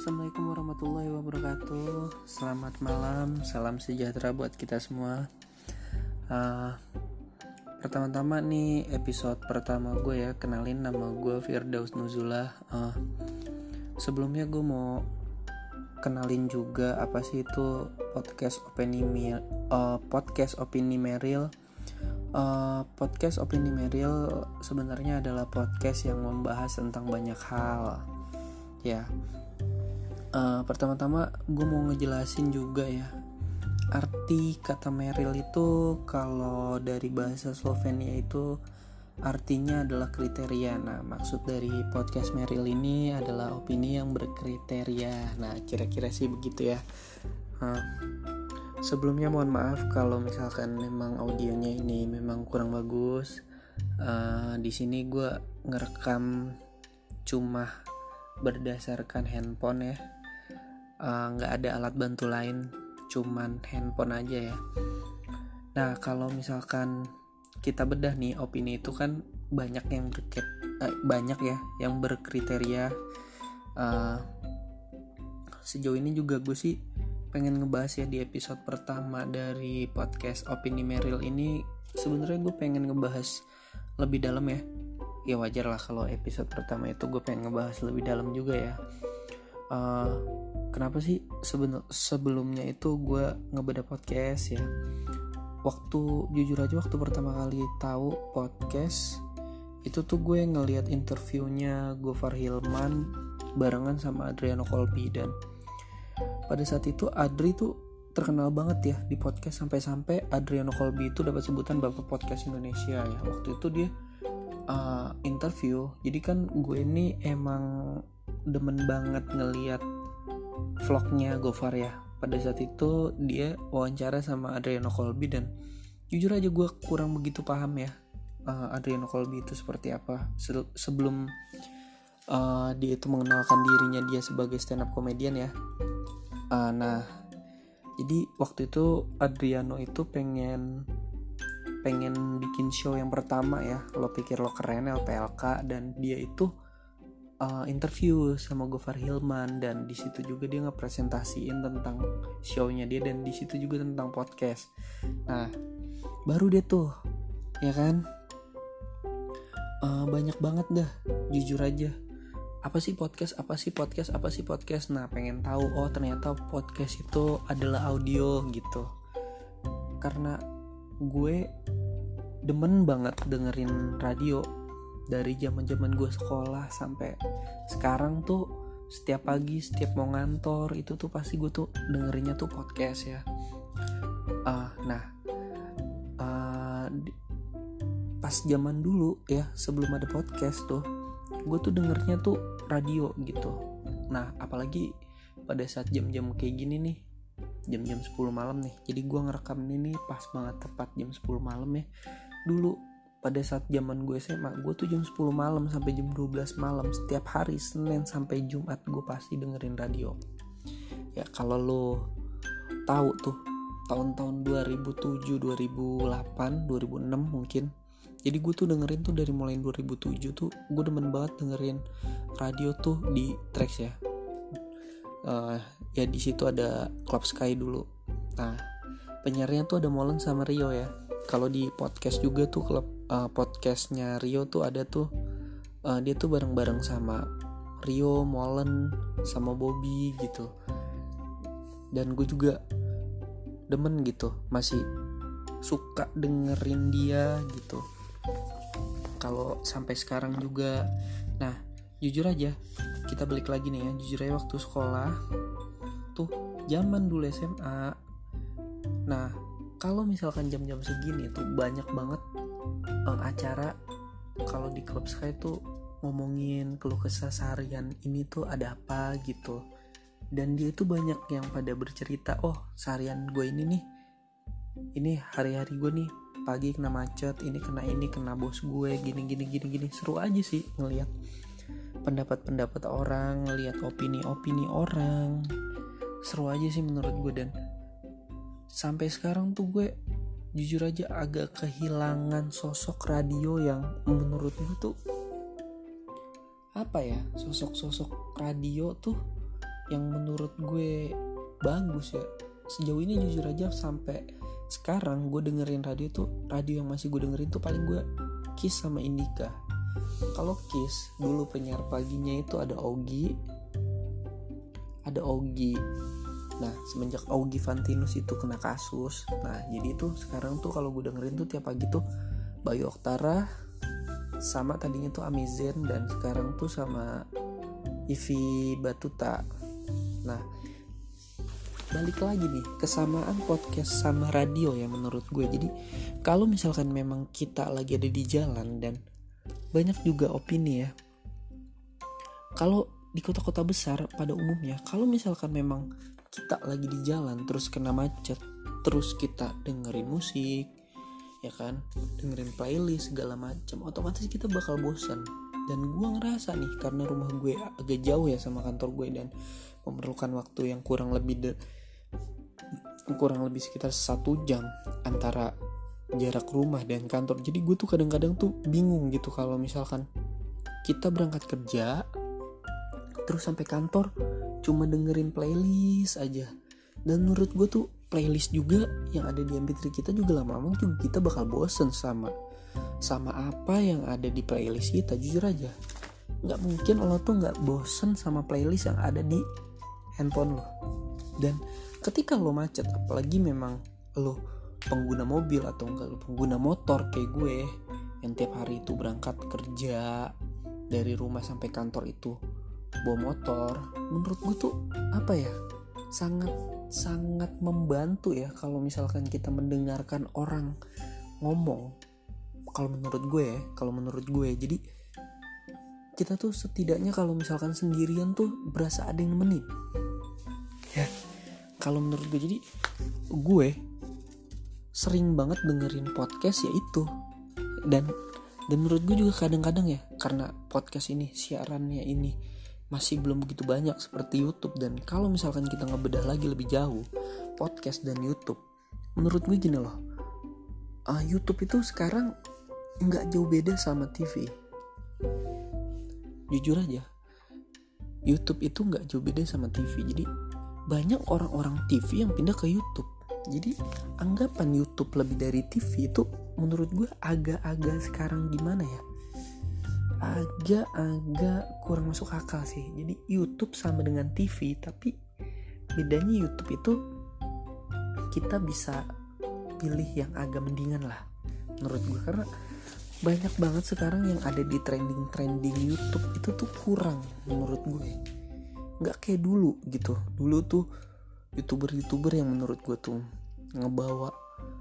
Assalamualaikum warahmatullahi wabarakatuh. Selamat malam, salam sejahtera buat kita semua. Pertama-tama nih episode pertama gue ya, kenalin nama gue Firdaus Nuzullah. Sebelumnya gue mau kenalin juga apa sih itu podcast opini Meril. Podcast opini Meril sebenarnya adalah podcast yang membahas tentang banyak hal. Ya. Pertama-tama gue mau ngejelasin juga ya, arti kata Meril itu kalau dari bahasa Slovenia itu artinya adalah kriteria. Nah, maksud dari podcast Meril ini adalah opini yang berkriteria. Nah, kira-kira sih begitu ya. Sebelumnya mohon maaf kalau misalkan memang audionya ini memang kurang bagus. Di sini gue ngerekam cuma berdasarkan handphone ya, nggak ada alat bantu lain, cuman handphone aja ya. Nah, kalau misalkan kita bedah nih, opini itu kan banyak yang berkriteria. Sejauh ini juga gue sih pengen ngebahas ya di episode pertama dari podcast opini Meril ini. Sebenarnya gue pengen ngebahas lebih dalam ya. Ya wajar lah kalau episode pertama itu gue pengen ngebahas lebih dalam juga ya. Kenapa sih sebelumnya itu gue ngebedah podcast ya. Jujur aja waktu pertama kali tahu podcast itu tuh gue ngelihat interviewnya Gofar Hilman barengan sama Adriano Colby, dan pada saat itu Adri tuh terkenal banget ya di podcast, sampai-sampai Adriano Colby itu dapat sebutan Bapak Podcast Indonesia ya. Waktu itu dia interview. Jadi kan gue ini emang demen banget ngeliat vlognya Gofar ya. Pada saat itu dia wawancara sama Adriano Colby, dan jujur aja gue kurang begitu paham ya Adriano Colby itu seperti apa sebelum dia itu mengenalkan dirinya dia sebagai stand up comedian ya. Nah, jadi waktu itu Adriano itu pengen bikin show yang pertama ya, Lo Pikir Lo Keren, LPLK, dan dia itu interview sama Gofar Hilman, dan di situ juga dia ngepresentasiin tentang show-nya dia, dan di situ juga tentang podcast. Nah, baru dia tuh ya kan banyak banget dah, jujur aja. Apa sih podcast? Nah, pengen tahu, oh ternyata podcast itu adalah audio gitu. Karena gue demen banget dengerin radio dari zaman gue sekolah sampai sekarang tuh. Setiap pagi, setiap mau ngantor itu tuh pasti gue tuh dengerinnya tuh podcast ya. Pas zaman dulu ya, sebelum ada podcast tuh gue tuh dengernya tuh radio gitu. Nah, apalagi pada saat jam-jam kayak gini nih, jam-jam 10 malam nih. Jadi gue ngerekam ini pas banget tepat jam 10 malam ya. Dulu pada saat zaman gue SMA, gue tuh jam 10 malam sampai jam 12 malam setiap hari Senin sampai Jumat gue pasti dengerin radio. Ya kalau lo tahu tuh tahun-tahun 2007, 2008, 2006 mungkin. Jadi gue tuh dengerin tuh dari mulai 2007 tuh gue demen banget dengerin radio tuh di Trax ya. Ya di situ ada Club Sky dulu. Nah, penyiarnya tuh ada Molen sama Rio ya. Kalau di podcast juga tuh podcastnya Rio tuh ada tuh dia tuh bareng-bareng sama Rio, Molen sama Bobby gitu. Dan gue juga demen gitu, masih suka dengerin dia gitu. Kalau sampai sekarang juga. Nah, jujur aja kita balik lagi nih ya, jujur aja waktu sekolah tuh zaman dulu SMA. Nah, kalau misalkan jam-jam segini tuh banyak banget acara kalau di Club Sky tuh ngomongin keluh kesah seharian ini tuh ada apa gitu. Dan dia tuh banyak yang pada bercerita, oh seharian gue ini hari-hari gue nih, pagi kena macet, ini kena bos gue, gini. Seru aja sih ngelihat pendapat orang, ngelihat opini orang. Seru aja sih menurut gue. Dan sampai sekarang tuh gue jujur aja agak kehilangan sosok radio yang menurut gue tuh apa ya, sosok radio tuh yang menurut gue bagus ya. Sejauh ini jujur aja sampai sekarang gue dengerin radio yang masih gue dengerin tuh paling gue Kiss sama Indika. Kalau Kiss dulu penyiar paginya itu ada Ogi. Nah semenjak Augie Fantinus itu kena kasus, nah jadi tuh sekarang tuh kalau gue dengerin tuh tiap pagi tuh Bayu Oktara, sama tadinya tuh Amizen, dan sekarang tuh sama Ivi Batuta. Nah balik lagi nih, kesamaan podcast sama radio ya menurut gue. Jadi kalau misalkan memang kita lagi ada di jalan, dan banyak juga opini ya, kalau di kota-kota besar pada umumnya, kalau misalkan memang kita lagi di jalan terus kena macet, terus kita dengerin musik ya kan, dengerin playlist segala macam, otomatis kita bakal bosan. Dan gue ngerasa nih, karena rumah gue agak jauh ya sama kantor gue, dan memerlukan waktu yang kurang lebih sekitar 1 jam antara jarak rumah dan kantor. Jadi gue tuh kadang-kadang tuh bingung gitu kalau misalkan kita berangkat kerja terus sampai kantor cuma dengerin playlist aja. Dan menurut gue tuh playlist juga yang ada di MP3 kita juga lama-lama juga kita bakal bosen sama apa yang ada di playlist kita. Jujur aja, nggak mungkin lo tuh nggak bosen sama playlist yang ada di handphone lo. Dan ketika lo macet, apalagi memang lo pengguna mobil atau enggak lo pengguna motor kayak gue yang tiap hari itu berangkat kerja dari rumah sampai kantor itu bawa motor, menurut gue tuh apa ya, sangat membantu ya kalau misalkan kita mendengarkan orang ngomong. Kalau menurut gue jadi kita tuh setidaknya kalau misalkan sendirian tuh berasa ada yang nemenin ya, kalau menurut gue. Jadi gue sering banget dengerin podcast ya itu, dan menurut gue juga kadang-kadang ya, karena podcast ini siarannya ini masih belum begitu banyak seperti YouTube. Dan kalau misalkan kita ngebedah lagi lebih jauh podcast dan YouTube, menurut gue gini loh, YouTube itu sekarang nggak jauh beda sama TV. Jujur aja, YouTube itu nggak jauh beda sama TV. Jadi banyak orang-orang TV yang pindah ke YouTube. Jadi anggapan YouTube lebih dari TV itu menurut gue agak-agak sekarang gimana ya, agak kurang masuk akal sih. Jadi YouTube sama dengan TV, tapi bedanya YouTube itu kita bisa pilih yang agak mendingan lah menurut gue, karena banyak banget sekarang yang ada di trending YouTube itu tuh kurang menurut gue. Nggak kayak dulu gitu. Dulu tuh YouTuber yang menurut gue tuh ngebawa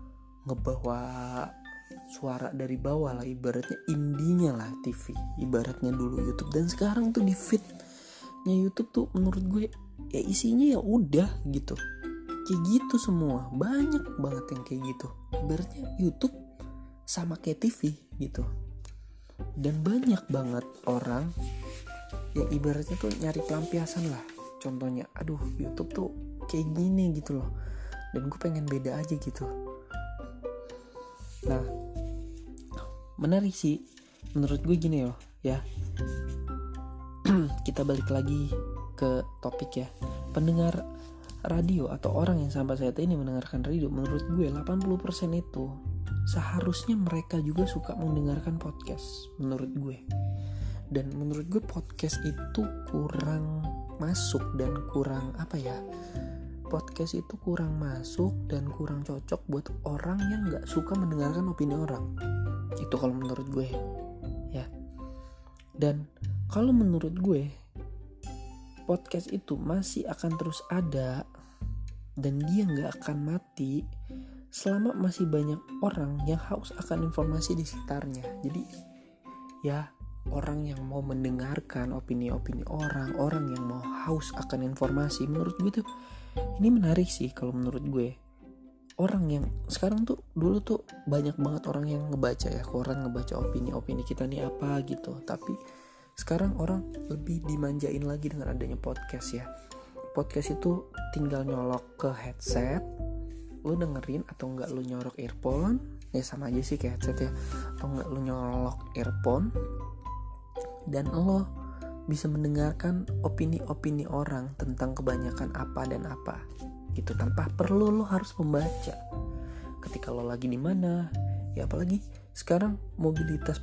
suara dari bawah lah, ibaratnya indinya lah TV, ibaratnya dulu YouTube. Dan sekarang tuh di feednya YouTube tuh menurut gue ya isinya ya udah gitu, kayak gitu semua, banyak banget yang kayak gitu. Ibaratnya YouTube sama kayak TV gitu. Dan banyak banget orang yang ibaratnya tuh nyari pelampiasan lah. Contohnya, aduh YouTube tuh kayak gini gitu loh, dan gue pengen beda aja gitu. Nah menarik sih menurut gue gini loh ya. Kita balik lagi ke topik ya. Pendengar radio atau orang yang sampai saat ini mendengarkan radio, menurut gue 80% itu seharusnya mereka juga suka mendengarkan podcast menurut gue. Dan menurut gue podcast itu kurang masuk dan kurang podcast itu kurang masuk dan kurang cocok buat orang yang gak suka mendengarkan opini orang. Itu kalau menurut gue ya. Dan kalau menurut gue podcast itu masih akan terus ada dan dia gak akan mati selama masih banyak orang yang haus akan informasi di sekitarnya. Jadi ya, orang yang mau mendengarkan opini-opini orang yang mau haus akan informasi, menurut gue tuh ini menarik sih kalau menurut gue. Orang yang sekarang tuh, dulu tuh banyak banget orang yang ngebaca ya koran, ngebaca opini kita nih apa gitu. Tapi sekarang orang lebih dimanjain lagi dengan adanya podcast ya. Podcast itu tinggal nyolok ke headset, lu dengerin, atau enggak lu nyorok earphone, ya sama aja sih kayak headset ya, atau enggak lu nyolok earphone dan lo bisa mendengarkan opini-opini orang tentang kebanyakan apa dan apa gitu, tanpa perlu lo harus membaca ketika lo lagi di mana ya. Apalagi sekarang mobilitas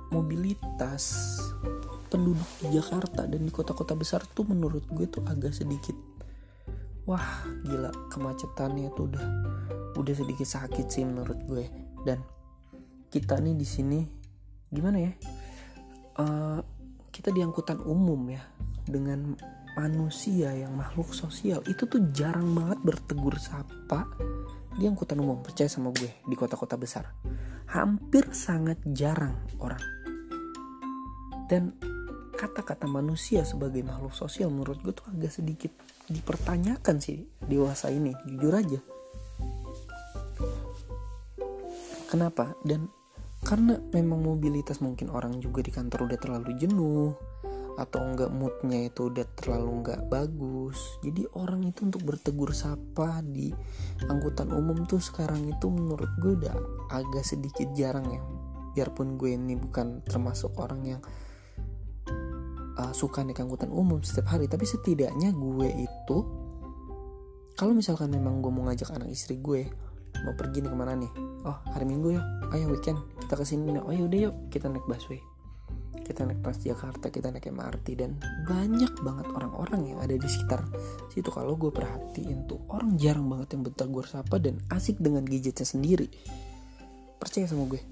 penduduk di Jakarta dan di kota-kota besar tuh menurut gue tuh agak sedikit, wah gila, kemacetannya tuh udah sedikit sakit sih menurut gue. Dan kita nih di sini gimana ya, kita di angkutan umum ya, dengan manusia yang makhluk sosial itu tuh jarang banget bertegur sapa di angkutan umum. Percaya sama gue, di kota-kota besar hampir sangat jarang orang. Dan kata-kata manusia sebagai makhluk sosial menurut gue tuh agak sedikit dipertanyakan sih dewasa ini, jujur aja. Kenapa? Dan karena memang mobilitas, mungkin orang juga di kantor udah terlalu jenuh, atau enggak moodnya itu udah terlalu enggak bagus. Jadi orang itu untuk bertegur sapa di angkutan umum tuh sekarang itu menurut gue udah agak sedikit jarang ya. Biarpun gue ini bukan termasuk orang yang suka naik angkutan umum setiap hari, tapi setidaknya gue itu kalau misalkan memang gue mau ngajak anak istri gue mau pergi nih kemana nih, oh hari Minggu ya, ayo weekend kita kesini, oh yaudah yuk kita naik busway, kita naik Transjakarta, kita naik MRT. Dan banyak banget orang-orang yang ada di sekitar situ, kalau gue perhatiin tuh orang jarang banget yang bertegur sapa dan asik dengan gadgetnya sendiri. Percaya sama gue.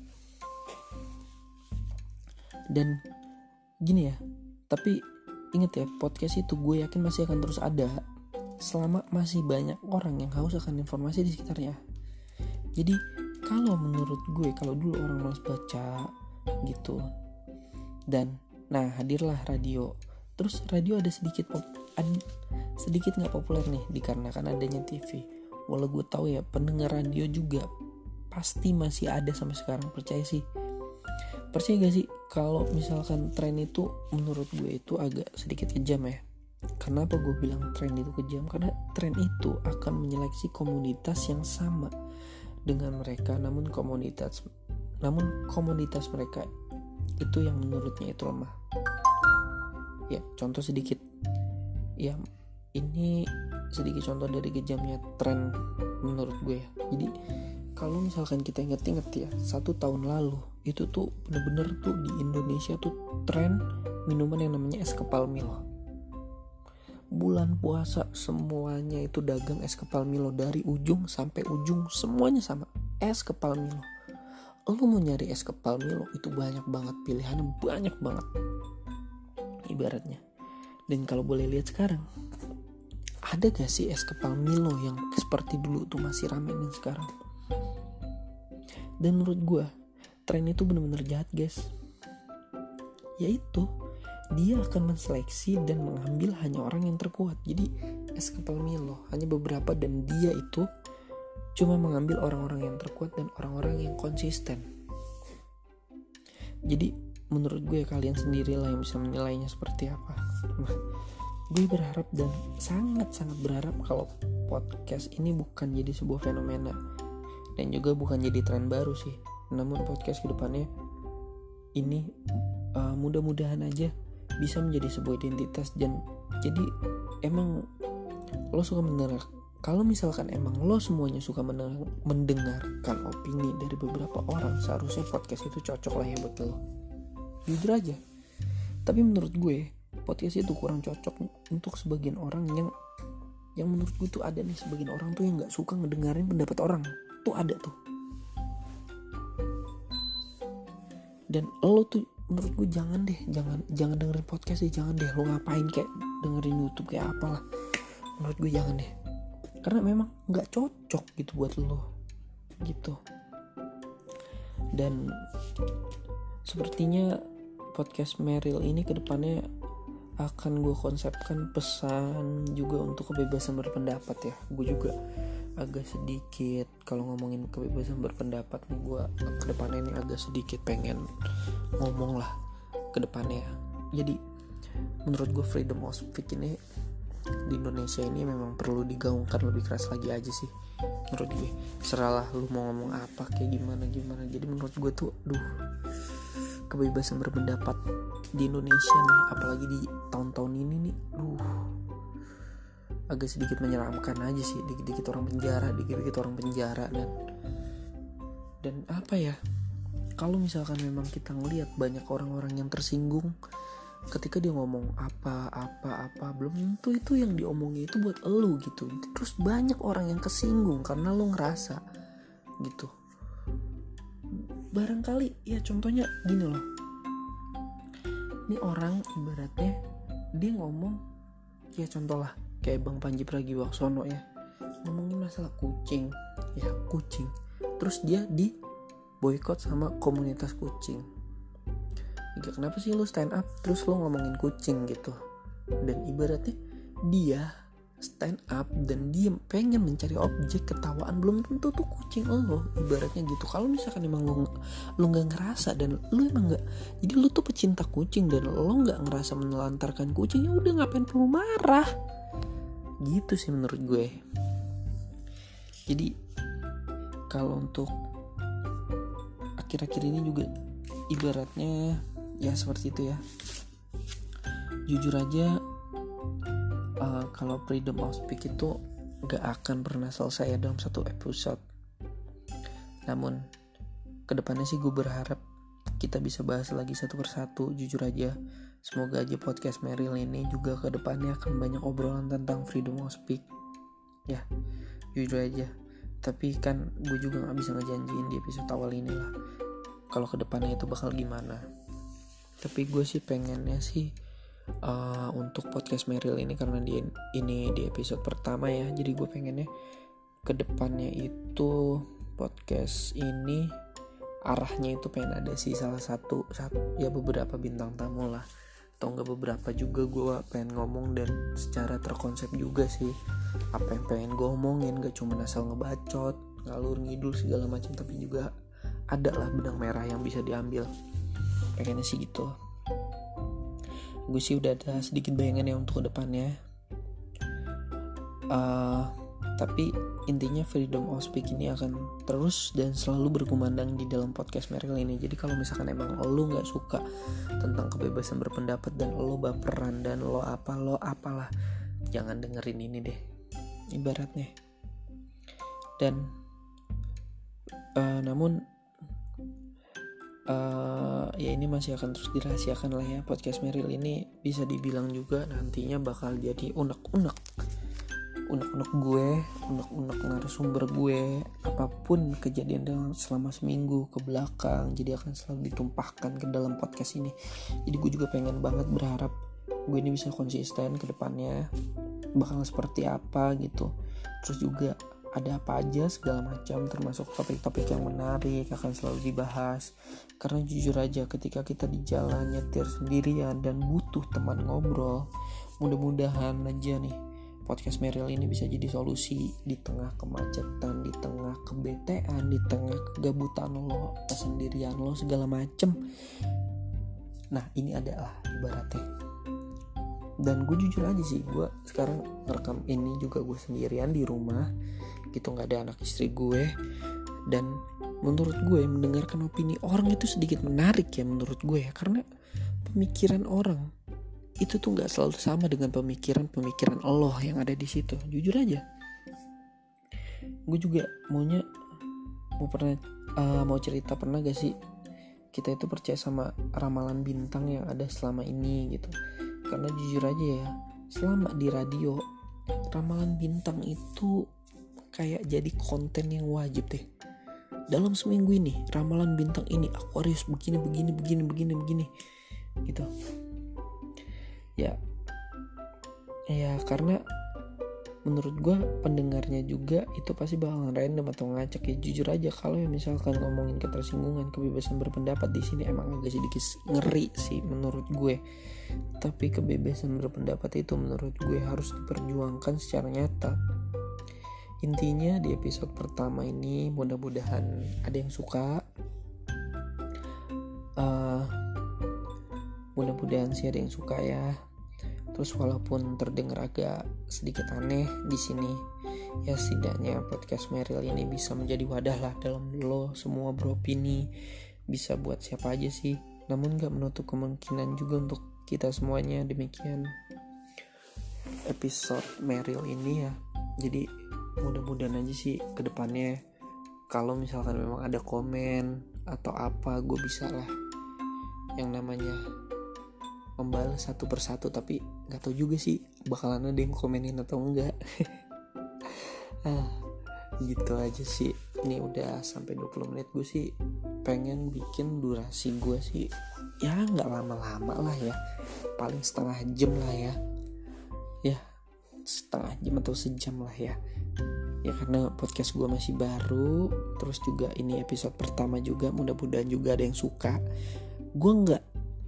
Dan gini ya, tapi inget ya, podcast itu gue yakin masih akan terus ada selama masih banyak orang yang haus akan informasi di sekitarnya. Jadi kalau menurut gue, kalau dulu orang malas baca gitu, dan nah hadirlah radio. Terus radio ada sedikit nggak populer nih dikarenakan adanya TV. Walau gue tahu ya pendengar radio juga pasti masih ada sampai sekarang. Percaya gak sih kalau misalkan tren itu menurut gue itu agak sedikit kejam ya. Kenapa gue bilang tren itu kejam? Karena tren itu akan menyeleksi komunitas yang sama dengan mereka, namun komunitas mereka itu yang menurutnya itu lemah. Ya, contoh sedikit. Ya, ini sedikit contoh dari kejamnya tren menurut gue ya. Jadi kalau misalkan kita inget-inget ya, 1 tahun lalu itu tuh bener-bener tuh di Indonesia tuh tren minuman yang namanya es kepal Milo. Bulan puasa semuanya itu dagang es kepal Milo, dari ujung sampai ujung semuanya sama, es kepal Milo. Lo mau nyari es kepal Milo itu banyak banget pilihannya, banyak banget ibaratnya. Dan kalau boleh lihat sekarang, ada gak sih es kepal Milo yang seperti dulu tuh masih rame dan sekarang? Dan menurut gue tren itu benar-benar jahat guys. Yaitu dia akan menseleksi dan mengambil hanya orang yang terkuat. Jadi es kepal Milo hanya beberapa, dan dia itu cuma mengambil orang-orang yang terkuat dan orang-orang yang konsisten. Jadi menurut gue kalian sendirilah yang bisa menilainya seperti apa. Nah, gue berharap dan sangat-sangat berharap kalau podcast ini bukan jadi sebuah fenomena dan juga bukan jadi tren baru sih. Namun podcast kedepannya ini mudah-mudahan aja bisa menjadi sebuah identitas. Dan jadi emang lo suka mendengar, kalau misalkan emang lo semuanya suka mendengarkan opini dari beberapa orang, seharusnya podcast itu cocok lah ya buat lo, jujur aja. Tapi menurut gue podcast itu kurang cocok untuk sebagian orang yang menurut gue tuh ada nih sebagian orang tuh yang nggak suka ngedengerin pendapat orang tuh, ada tuh. Dan lo tuh menurut gue jangan dengerin podcast deh, jangan deh. Lo ngapain kayak dengerin YouTube kayak apalah, menurut gue jangan deh, karena memang nggak cocok gitu buat lo gitu. Dan sepertinya podcast Meryl ini kedepannya akan gue konsepkan pesan juga untuk kebebasan berpendapat ya. Gue juga agak sedikit kalau ngomongin kebebasan berpendapat nih, gue kedepannya ini agak sedikit pengen ngomong lah kedepannya ya. Jadi menurut gue freedom of speech ini di Indonesia ini memang perlu digaungkan lebih keras lagi aja sih menurut gue. Seralah lu mau ngomong apa kayak gimana. Jadi menurut gue tuh kebebasan berpendapat di Indonesia nih, apalagi di tahun-tahun ini nih, agak sedikit menyeramkan aja sih. Dikit-dikit orang penjara, dan apa ya, kalau misalkan memang kita ngelihat banyak orang-orang yang tersinggung ketika dia ngomong apa, belum tentu itu yang diomongin itu buat elu gitu. Terus banyak orang yang kesinggung karena lo ngerasa gitu. Barangkali ya contohnya gini loh, ini orang ibaratnya dia ngomong, ya contoh lah kayak Bang Panji Pragiwaksono ya, ngomongin masalah kucing, terus dia di boykot sama komunitas kucing. Ya, kenapa sih lu stand up terus lu ngomongin kucing gitu? Dan ibaratnya dia stand up dan dia pengen mencari objek ketawaan, belum tentu tuh kucing lo, ibaratnya gitu. Kalau misalkan emang lu nggak ngerasa dan lu emang nggak, jadi lu tuh pecinta kucing dan lo nggak ngerasa menelantarkan kucing, ya udah ngapain perlu marah gitu sih menurut gue. Jadi kalau untuk akhir-akhir ini juga ibaratnya ya seperti itu ya, jujur aja kalau freedom of speech itu gak akan pernah selesai ya dalam satu episode. Namun kedepannya sih gue berharap kita bisa bahas lagi satu persatu. Jujur aja, semoga aja podcast Meryl ini juga kedepannya akan banyak obrolan tentang freedom of speech ya, jujur aja. Tapi kan gue juga gak bisa ngejanjiin di episode awal ini lah kalau kedepannya itu bakal gimana. Tapi gue sih pengennya sih untuk podcast Meryl ini, karena ini di episode pertama ya, jadi gue pengennya kedepannya itu podcast ini arahnya itu pengen ada sih salah satu ya beberapa bintang tamu lah, atau enggak beberapa juga. Gue pengen ngomong dan secara terkonsep juga sih apa yang pengen gue omongin, gak cuma asal ngebacot ngalur ngidul segala macam, tapi juga ada lah benang merah yang bisa diambil. Pengennya sih gitu. Gue sih udah ada sedikit bayangan ya untuk kedepannya. Tapi intinya freedom of speech ini akan terus dan selalu berkumandang di dalam podcast Meryl ini. Jadi kalau misalkan emang lo gak suka tentang kebebasan berpendapat dan lo baperan dan lo apalah, jangan dengerin ini deh ibaratnya. Dan namun ya ini masih akan terus dirahasiakan lah ya. Podcast Meryl ini bisa dibilang juga nantinya bakal jadi unek-unek gue, unek-unek narasumber gue, apapun kejadian dalam selama seminggu ke belakang, jadi akan selalu ditumpahkan ke dalam podcast ini. Jadi gue juga pengen banget berharap gue ini bisa konsisten ke depannya bakal seperti apa gitu. Terus juga ada apa aja segala macam, termasuk topik-topik yang menarik akan selalu dibahas. Karena jujur aja ketika kita di jalan nyetir sendirian dan butuh teman ngobrol, mudah-mudahan aja nih podcast Meryl ini bisa jadi solusi di tengah kemacetan, di tengah kebetean, di tengah kegabutan lo, kesendirian lo segala macem. Nah ini adalah ibaratnya. Dan gue jujur aja sih, gue sekarang rekam ini juga gue sendirian di rumah gitu, gak ada anak istri gue. Dan menurut gue mendengarkan opini orang itu sedikit menarik ya menurut gue ya, karena pemikiran orang itu tuh gak selalu sama dengan pemikiran Allah yang ada di situ. Jujur aja, gue juga mau cerita, pernah gak sih kita itu percaya sama ramalan bintang yang ada selama ini gitu. Karena jujur aja ya, selama di radio ramalan bintang itu kayak jadi konten yang wajib deh. Dalam seminggu ini ramalan bintang ini Aquarius begini gitu. Ya karena menurut gue pendengarnya juga itu pasti bakal random atau ngacak ya. Jujur aja kalau misalkan ngomongin ketersinggungan, kebebasan berpendapat di sini emang agak sedikit ngeri sih menurut gue. Tapi kebebasan berpendapat itu menurut gue harus diperjuangkan secara nyata. Intinya di episode pertama ini mudah-mudahan ada yang suka. Mudah-mudahan sih ada yang suka ya. Terus walaupun terdengar agak sedikit aneh di sini, ya setidaknya podcast Meryl ini bisa menjadi wadah lah dalam lo semua beropini. Bisa buat siapa aja sih, namun gak menutup kemungkinan juga untuk kita semuanya. Demikian episode Meryl ini ya. Jadi mudah-mudahan aja sih ke depannya kalau misalkan memang ada komen atau apa, gue bisa lah yang namanya membalas satu persatu. Tapi gak tahu juga sih bakalan ada yang komenin atau enggak. Gitu aja sih. Ini udah sampai 20 menit. Gue sih pengen bikin durasi gue sih ya gak lama-lama lah ya, paling setengah jam lah ya, setengah jam atau sejam lah ya karena podcast gue masih baru. Terus juga ini episode pertama juga, mudah-mudahan juga ada yang suka. Gue nggak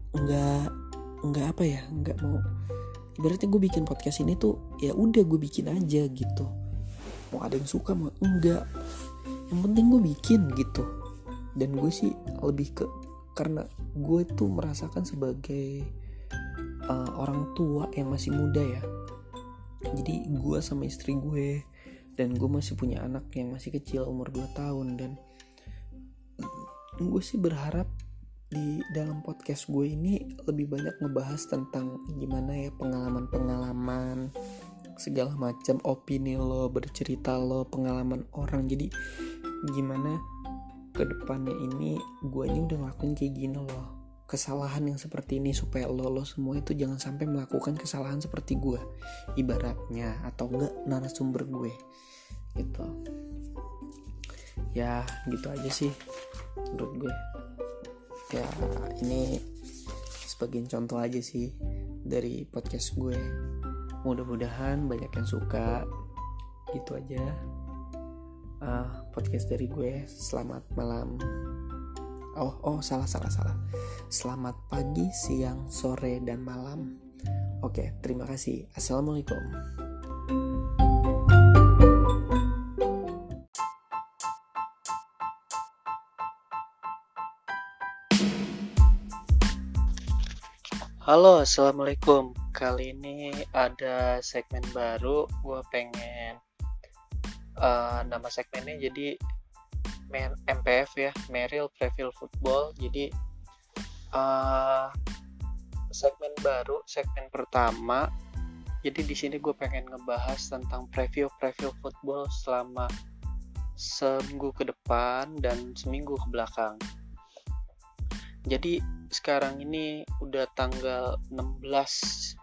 apa ya, nggak mau, ibaratnya gue bikin podcast ini tuh ya udah gue bikin aja gitu, mau ada yang suka mau enggak, yang penting gue bikin gitu. Dan gue sih lebih ke, karena gue tuh merasakan sebagai orang tua yang masih muda ya. Jadi gue sama istri gue, dan gue masih punya anak yang masih kecil umur 2 tahun. Dan gue sih berharap di dalam podcast gue ini lebih banyak ngebahas tentang gimana ya pengalaman-pengalaman segala macam, opini lo, bercerita lo, pengalaman orang. Jadi gimana kedepannya ini gue ini udah ngelakuin kayak gini loh, kesalahan yang seperti ini, supaya lo semua itu jangan sampai melakukan kesalahan seperti gue ibaratnya, atau enggak narasumber gue gitu ya. Gitu aja sih menurut gue ya. Ini sebagian contoh aja sih dari podcast gue, mudah-mudahan banyak yang suka. Gitu aja podcast dari gue. Selamat malam. Salah. Selamat pagi, siang, sore, dan malam. Oke, terima kasih. Assalamualaikum. Halo, assalamualaikum. Kali ini ada segmen baru. Gue pengen nama segmennya jadi MPF ya, Meryl Preview Football. Jadi segmen baru, segmen pertama. Jadi di sini gue pengen ngebahas tentang preview football selama seminggu ke depan dan seminggu ke belakang. Jadi sekarang ini udah tanggal 16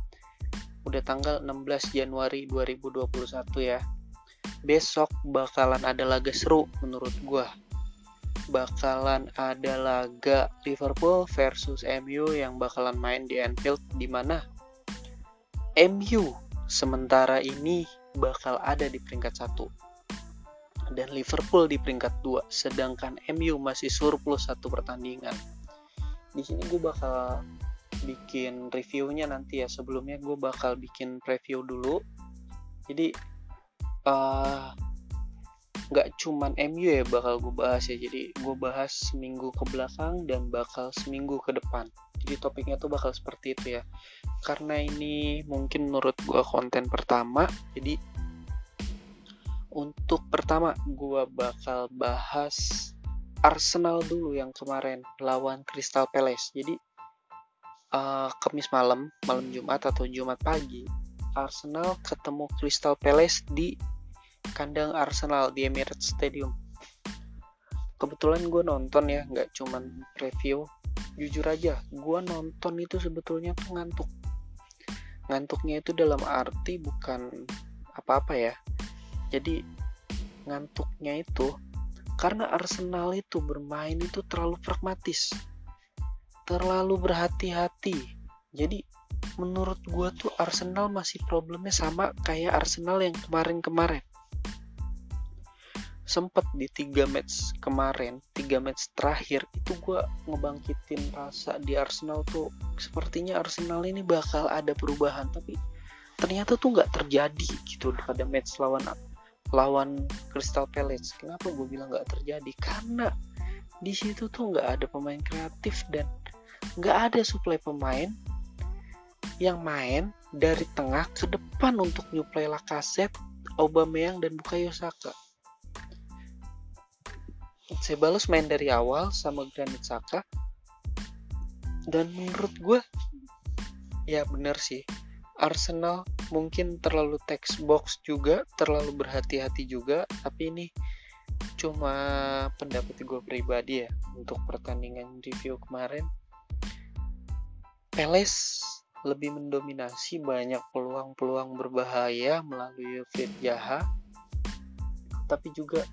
Januari 2021 ya. Besok bakalan ada laga seru menurut gue. Bakalan ada laga Liverpool versus MU yang bakalan main di Anfield, di mana MU sementara ini bakal ada di peringkat 1 dan Liverpool di peringkat 2, sedangkan MU masih surplus 1 pertandingan. Di sini gue bakal bikin reviewnya nanti ya. Sebelumnya gue bakal bikin preview dulu. Jadi nggak cuman MU ya bakal gue bahas ya. Jadi gue bahas seminggu ke belakang dan bakal seminggu ke depan. Jadi topiknya tuh bakal seperti itu ya. Karena ini mungkin menurut gue konten pertama, jadi untuk pertama gue bakal bahas Arsenal dulu yang kemarin lawan Crystal Palace. Jadi Kamis malam Jumat atau Jumat pagi, Arsenal ketemu Crystal Palace di kandang Arsenal di Emirates Stadium. Kebetulan gue nonton ya, nggak cuman preview. Jujur aja, gue nonton itu sebetulnya tuh ngantuk. Ngantuknya itu dalam arti bukan apa-apa ya. Jadi ngantuknya itu karena Arsenal itu bermain itu terlalu pragmatis, terlalu berhati-hati. Jadi menurut gue tuh Arsenal masih problemnya sama kayak Arsenal yang kemarin-kemarin. Sempet di 3 match terakhir itu gue ngebangkitin rasa di Arsenal tuh, sepertinya Arsenal ini bakal ada perubahan, tapi ternyata tuh nggak terjadi gitu pada match lawan Crystal Palace. Kenapa gue bilang nggak terjadi? Karena di situ tuh nggak ada pemain kreatif dan nggak ada suplai pemain yang main dari tengah ke depan untuk nyuplai Lacazette, Aubameyang, dan Bukayo Saka. Ceballos main dari awal sama Granit Xhaka. Dan menurut gue ya benar sih, Arsenal mungkin terlalu text box juga, terlalu berhati-hati juga, tapi ini cuma pendapat gue pribadi ya. Untuk pertandingan review kemarin, Palace lebih mendominasi, banyak peluang-peluang berbahaya melalui David Zaha, tapi juga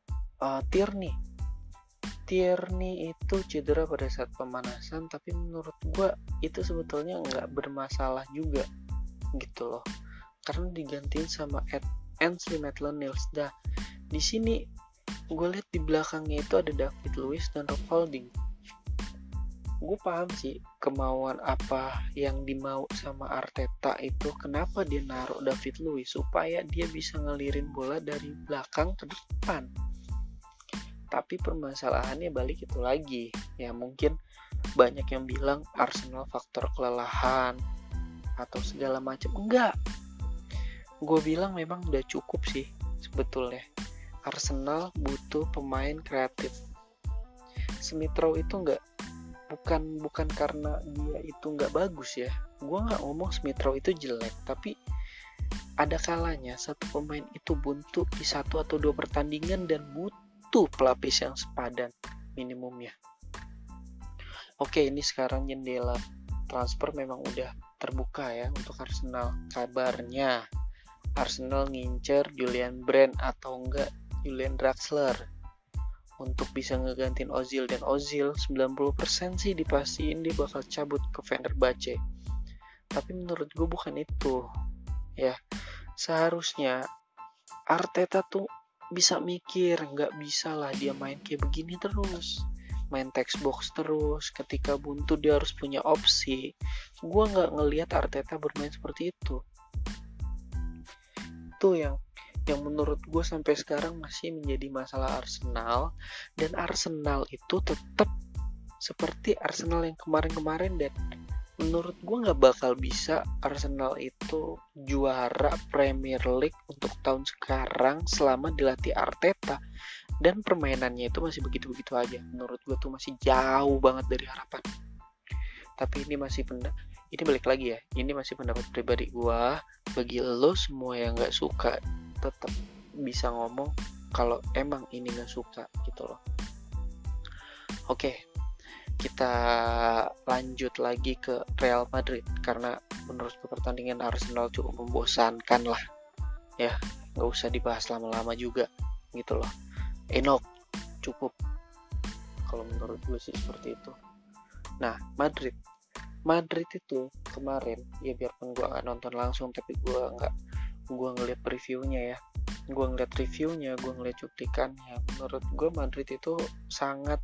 Tierney itu cedera pada saat pemanasan, tapi menurut gue itu sebetulnya nggak bermasalah juga gitu loh, karena digantiin sama Ainsley Maitland-Niles. Dah di sini gue lihat di belakangnya itu ada David Luiz dan Rob Holding. Gue paham sih kemauan apa yang dimau sama Arteta itu, kenapa dia naruh David Luiz supaya dia bisa ngelirin bola dari belakang ke depan. Tapi permasalahannya balik itu lagi ya, mungkin banyak yang bilang Arsenal faktor kelelahan atau segala macam. Enggak, gue bilang memang udah cukup sih sebetulnya. Arsenal butuh pemain kreatif. Smith Rowe itu bukan karena dia itu nggak bagus ya, gue nggak ngomong Smith Rowe itu jelek, tapi ada kalanya satu pemain itu buntu di 1 atau 2 pertandingan dan butuh pelapis yang sepadan minimumnya. Oke, ini sekarang jendela transfer memang udah terbuka ya untuk Arsenal. Kabarnya Arsenal ngincer Julian Brand atau enggak Julian Draxler untuk bisa ngegantiin Ozil, dan Ozil 90% sih dipastiin dia bakal cabut ke Fenerbahce. Tapi menurut gue bukan itu ya. Seharusnya Arteta tuh bisa mikir, nggak bisa lah dia main kayak begini terus, main text box terus. Ketika buntu dia harus punya opsi. Gue nggak ngelihat Arteta bermain seperti itu. Itu yang menurut gue sampai sekarang masih menjadi masalah Arsenal. Dan Arsenal itu tetap seperti Arsenal yang kemarin-kemarin, dan menurut gue gak bakal bisa Arsenal itu juara Premier League untuk tahun sekarang selama dilatih Arteta. Dan permainannya itu masih begitu-begitu aja. Menurut gue tuh masih jauh banget dari harapan. Tapi ini balik lagi ya, ini masih pendapat pribadi gue. Bagi lo semua yang gak suka, tetap bisa ngomong kalau emang ini gak suka gitu loh. Oke, kita lanjut lagi ke Real Madrid, karena menurut pertandingan Arsenal cukup membosankan lah ya, gak usah dibahas lama-lama juga gitu loh. Enough, cukup kalau menurut gue sih seperti itu. Nah, Madrid itu kemarin ya, biarpun gue gak nonton langsung, tapi gue ngeliat previewnya ya, gue ngeliat reviewnya, gue ngeliat cuplikannya. Menurut gue Madrid itu sangat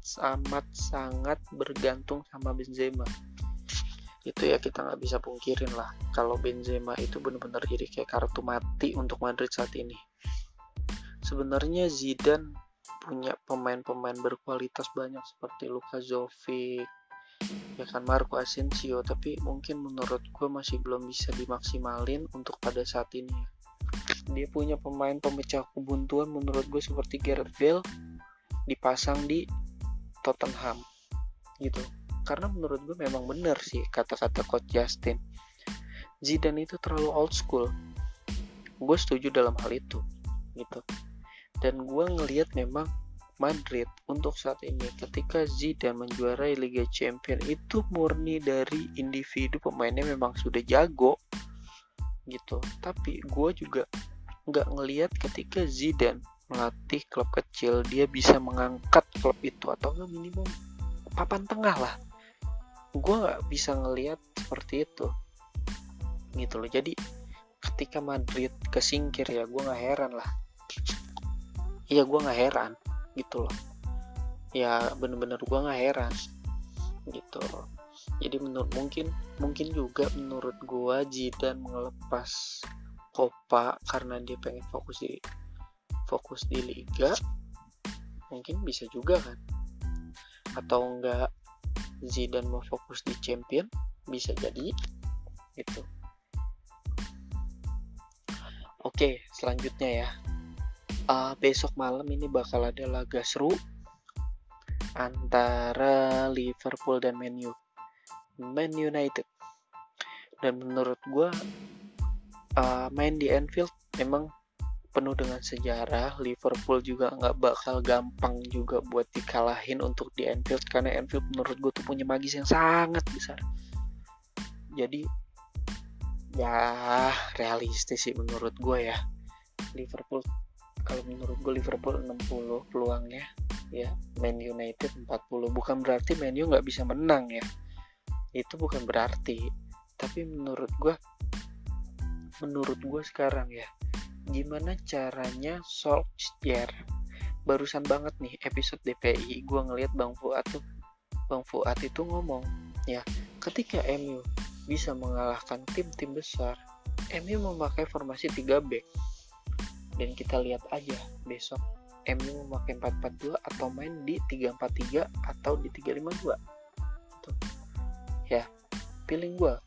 bergantung sama Benzema. Itu ya kita nggak bisa pungkirin lah, kalau Benzema itu benar-benar jadi kayak kartu mati untuk Madrid saat ini. Sebenarnya Zidane punya pemain-pemain berkualitas banyak seperti Luka Jovic, ya kan, Marco Asensio, tapi mungkin menurut gue masih belum bisa dimaksimalin untuk pada saat ini. Dia punya pemain pemecah kebuntuan menurut gue seperti Gareth Bale dipasang di Tottenham gitu. Karena menurut gue memang benar sih kata-kata Coach Justin, Zidane itu terlalu old school. Gue setuju dalam hal itu gitu. Dan gue ngelihat memang Madrid untuk saat ini ketika Zidane menjuarai Liga Champions itu murni dari individu pemainnya memang sudah jago gitu. Tapi gue juga nggak ngelihat ketika Zidane melatih klub kecil dia bisa mengangkat klub itu, atau nggak minimum papan tengah lah. Gue nggak bisa ngelihat seperti itu gitu loh. Jadi ketika Madrid kesingkir ya gue nggak heran lah. Iya, gue nggak heran gitu loh. Ya bener-bener gue nggak heran gitu. Jadi mungkin juga menurut gue Zidane melepas Copa karena dia pengen fokus di Liga, mungkin bisa juga kan. Atau enggak Zidane mau fokus di Champion, bisa jadi gitu. Oke, selanjutnya ya, besok malam ini bakal ada laga seru antara Liverpool dan Man U. Man United. Dan menurut gue main di Anfield memang penuh dengan sejarah. Liverpool juga nggak bakal gampang juga buat dikalahin untuk di Anfield, karena Anfield menurut gue tuh punya magis yang sangat besar. Jadi ya realistis sih menurut gue ya. Liverpool, kalau menurut gue Liverpool 60 peluangnya ya, Man United 40. Bukan berarti Man U nggak bisa menang ya, itu bukan berarti. Tapi menurut gue sekarang ya, gimana caranya Solskjaer, barusan banget nih episode DPI gue ngeliat Bang Fuad itu ngomong ya, ketika MU bisa mengalahkan tim-tim besar, MU memakai formasi 3 back. Dan kita lihat aja besok MU memakai 4-4-2 atau main di 3-4-3 atau di 3-5-2 gitu. Ya, feeling gue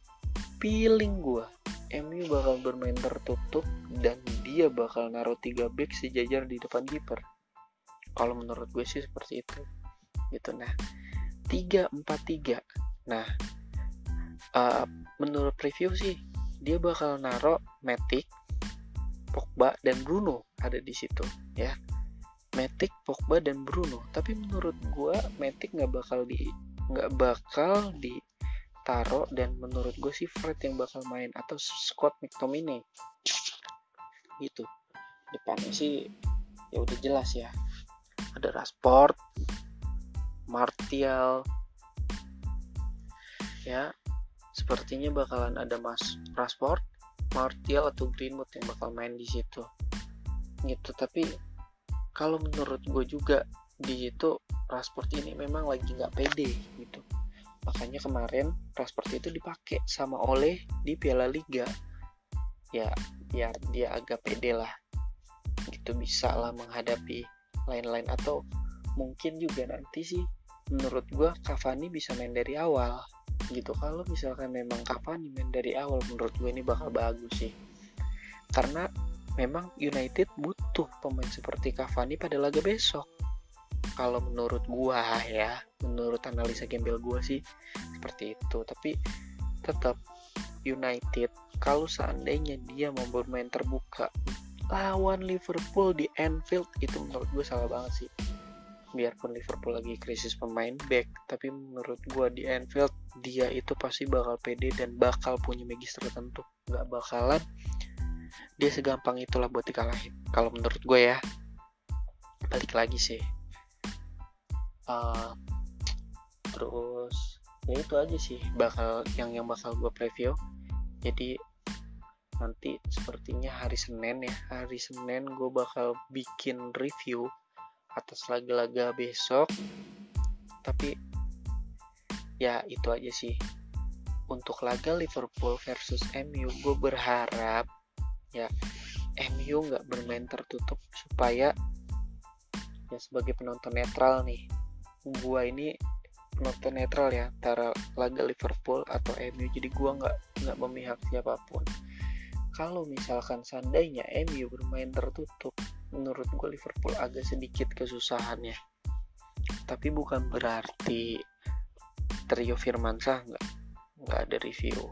MU bakal bermain tertutup dan dia bakal naruh 3 back sejajar di depan kiper. Kalau menurut gue sih seperti itu gitu. Nah, 3-4-3. Nah, menurut preview sih dia bakal naruh Matic, Pogba dan Bruno ada di situ ya. Matic, Pogba dan Bruno. Tapi menurut gue Matic nggak bakal ditaruh, dan menurut gue sih Fred yang bakal main atau Scott McTominay gitu. Depannya sih ya udah jelas ya, ada Rashford, Martial ya, sepertinya bakalan ada Rashford, Martial atau Greenwood yang bakal main di situ gitu. Tapi kalau menurut gue juga di situ Rashford ini memang lagi nggak pede gitu, makanya kemarin Rashford itu dipakai sama Ole di Piala Liga ya, biar dia agak pede lah gitu, bisa lah menghadapi lain-lain. Atau mungkin juga nanti sih menurut gue Cavani bisa main dari awal gitu. Kalau misalkan memang Cavani main dari awal, menurut gue ini bakal bagus sih, karena memang United butuh pemain seperti Cavani pada laga besok. Kalau menurut gue ya, menurut analisa gembel gue sih seperti itu. Tapi tetap United kalau seandainya dia mau bermain terbuka lawan Liverpool di Anfield, itu menurut gue salah banget sih. Biarpun Liverpool lagi krisis pemain back, tapi menurut gue di Anfield dia itu pasti bakal pede dan bakal punya magis tertentu. Gak bakalan dia segampang itulah buat dikalahin kalau menurut gue ya. Balik lagi sih, terus ya itu aja sih bakal yang bakal gue preview. Jadi nanti sepertinya hari Senin gue bakal bikin review atas laga-laga besok. Tapi ya itu aja sih untuk laga Liverpool versus MU. Gue berharap ya MU gak bermain tertutup, supaya ya sebagai penonton netral nih, gue ini penonton netral ya antara laga Liverpool atau MU, jadi gue nggak memihak siapapun. Kalau misalkan seandainya MU bermain tertutup, menurut gue Liverpool agak sedikit kesusahannya. Tapi bukan berarti trio Firmansyah nggak ada review.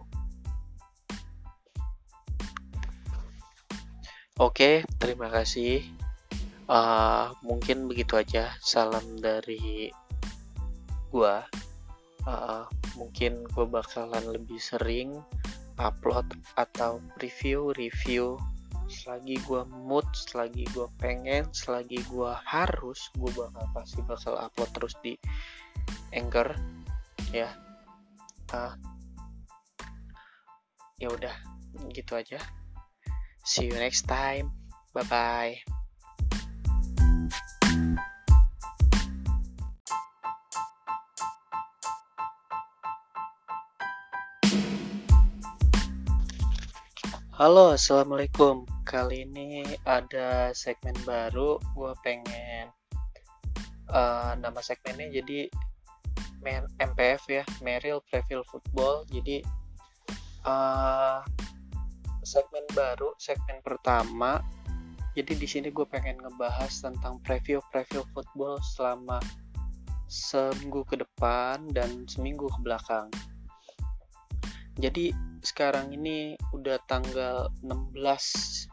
Oke, terima kasih. Mungkin begitu aja. Salam dari gue. Mungkin gue bakalan lebih sering upload atau review selagi gue mood, selagi gue pengen, selagi gue harus, gue pasti bakal upload terus di Anchor ya. Ya udah gitu aja. See you next time. Bye bye. Halo, assalamualaikum. Kali ini ada segmen baru. Gue pengen nama segmennya jadi MPF ya, Meril Preview Football. Jadi segmen baru, segmen pertama. Jadi di sini gue pengen ngebahas tentang preview football selama seminggu ke depan dan seminggu ke belakang. Jadi sekarang ini udah tanggal 16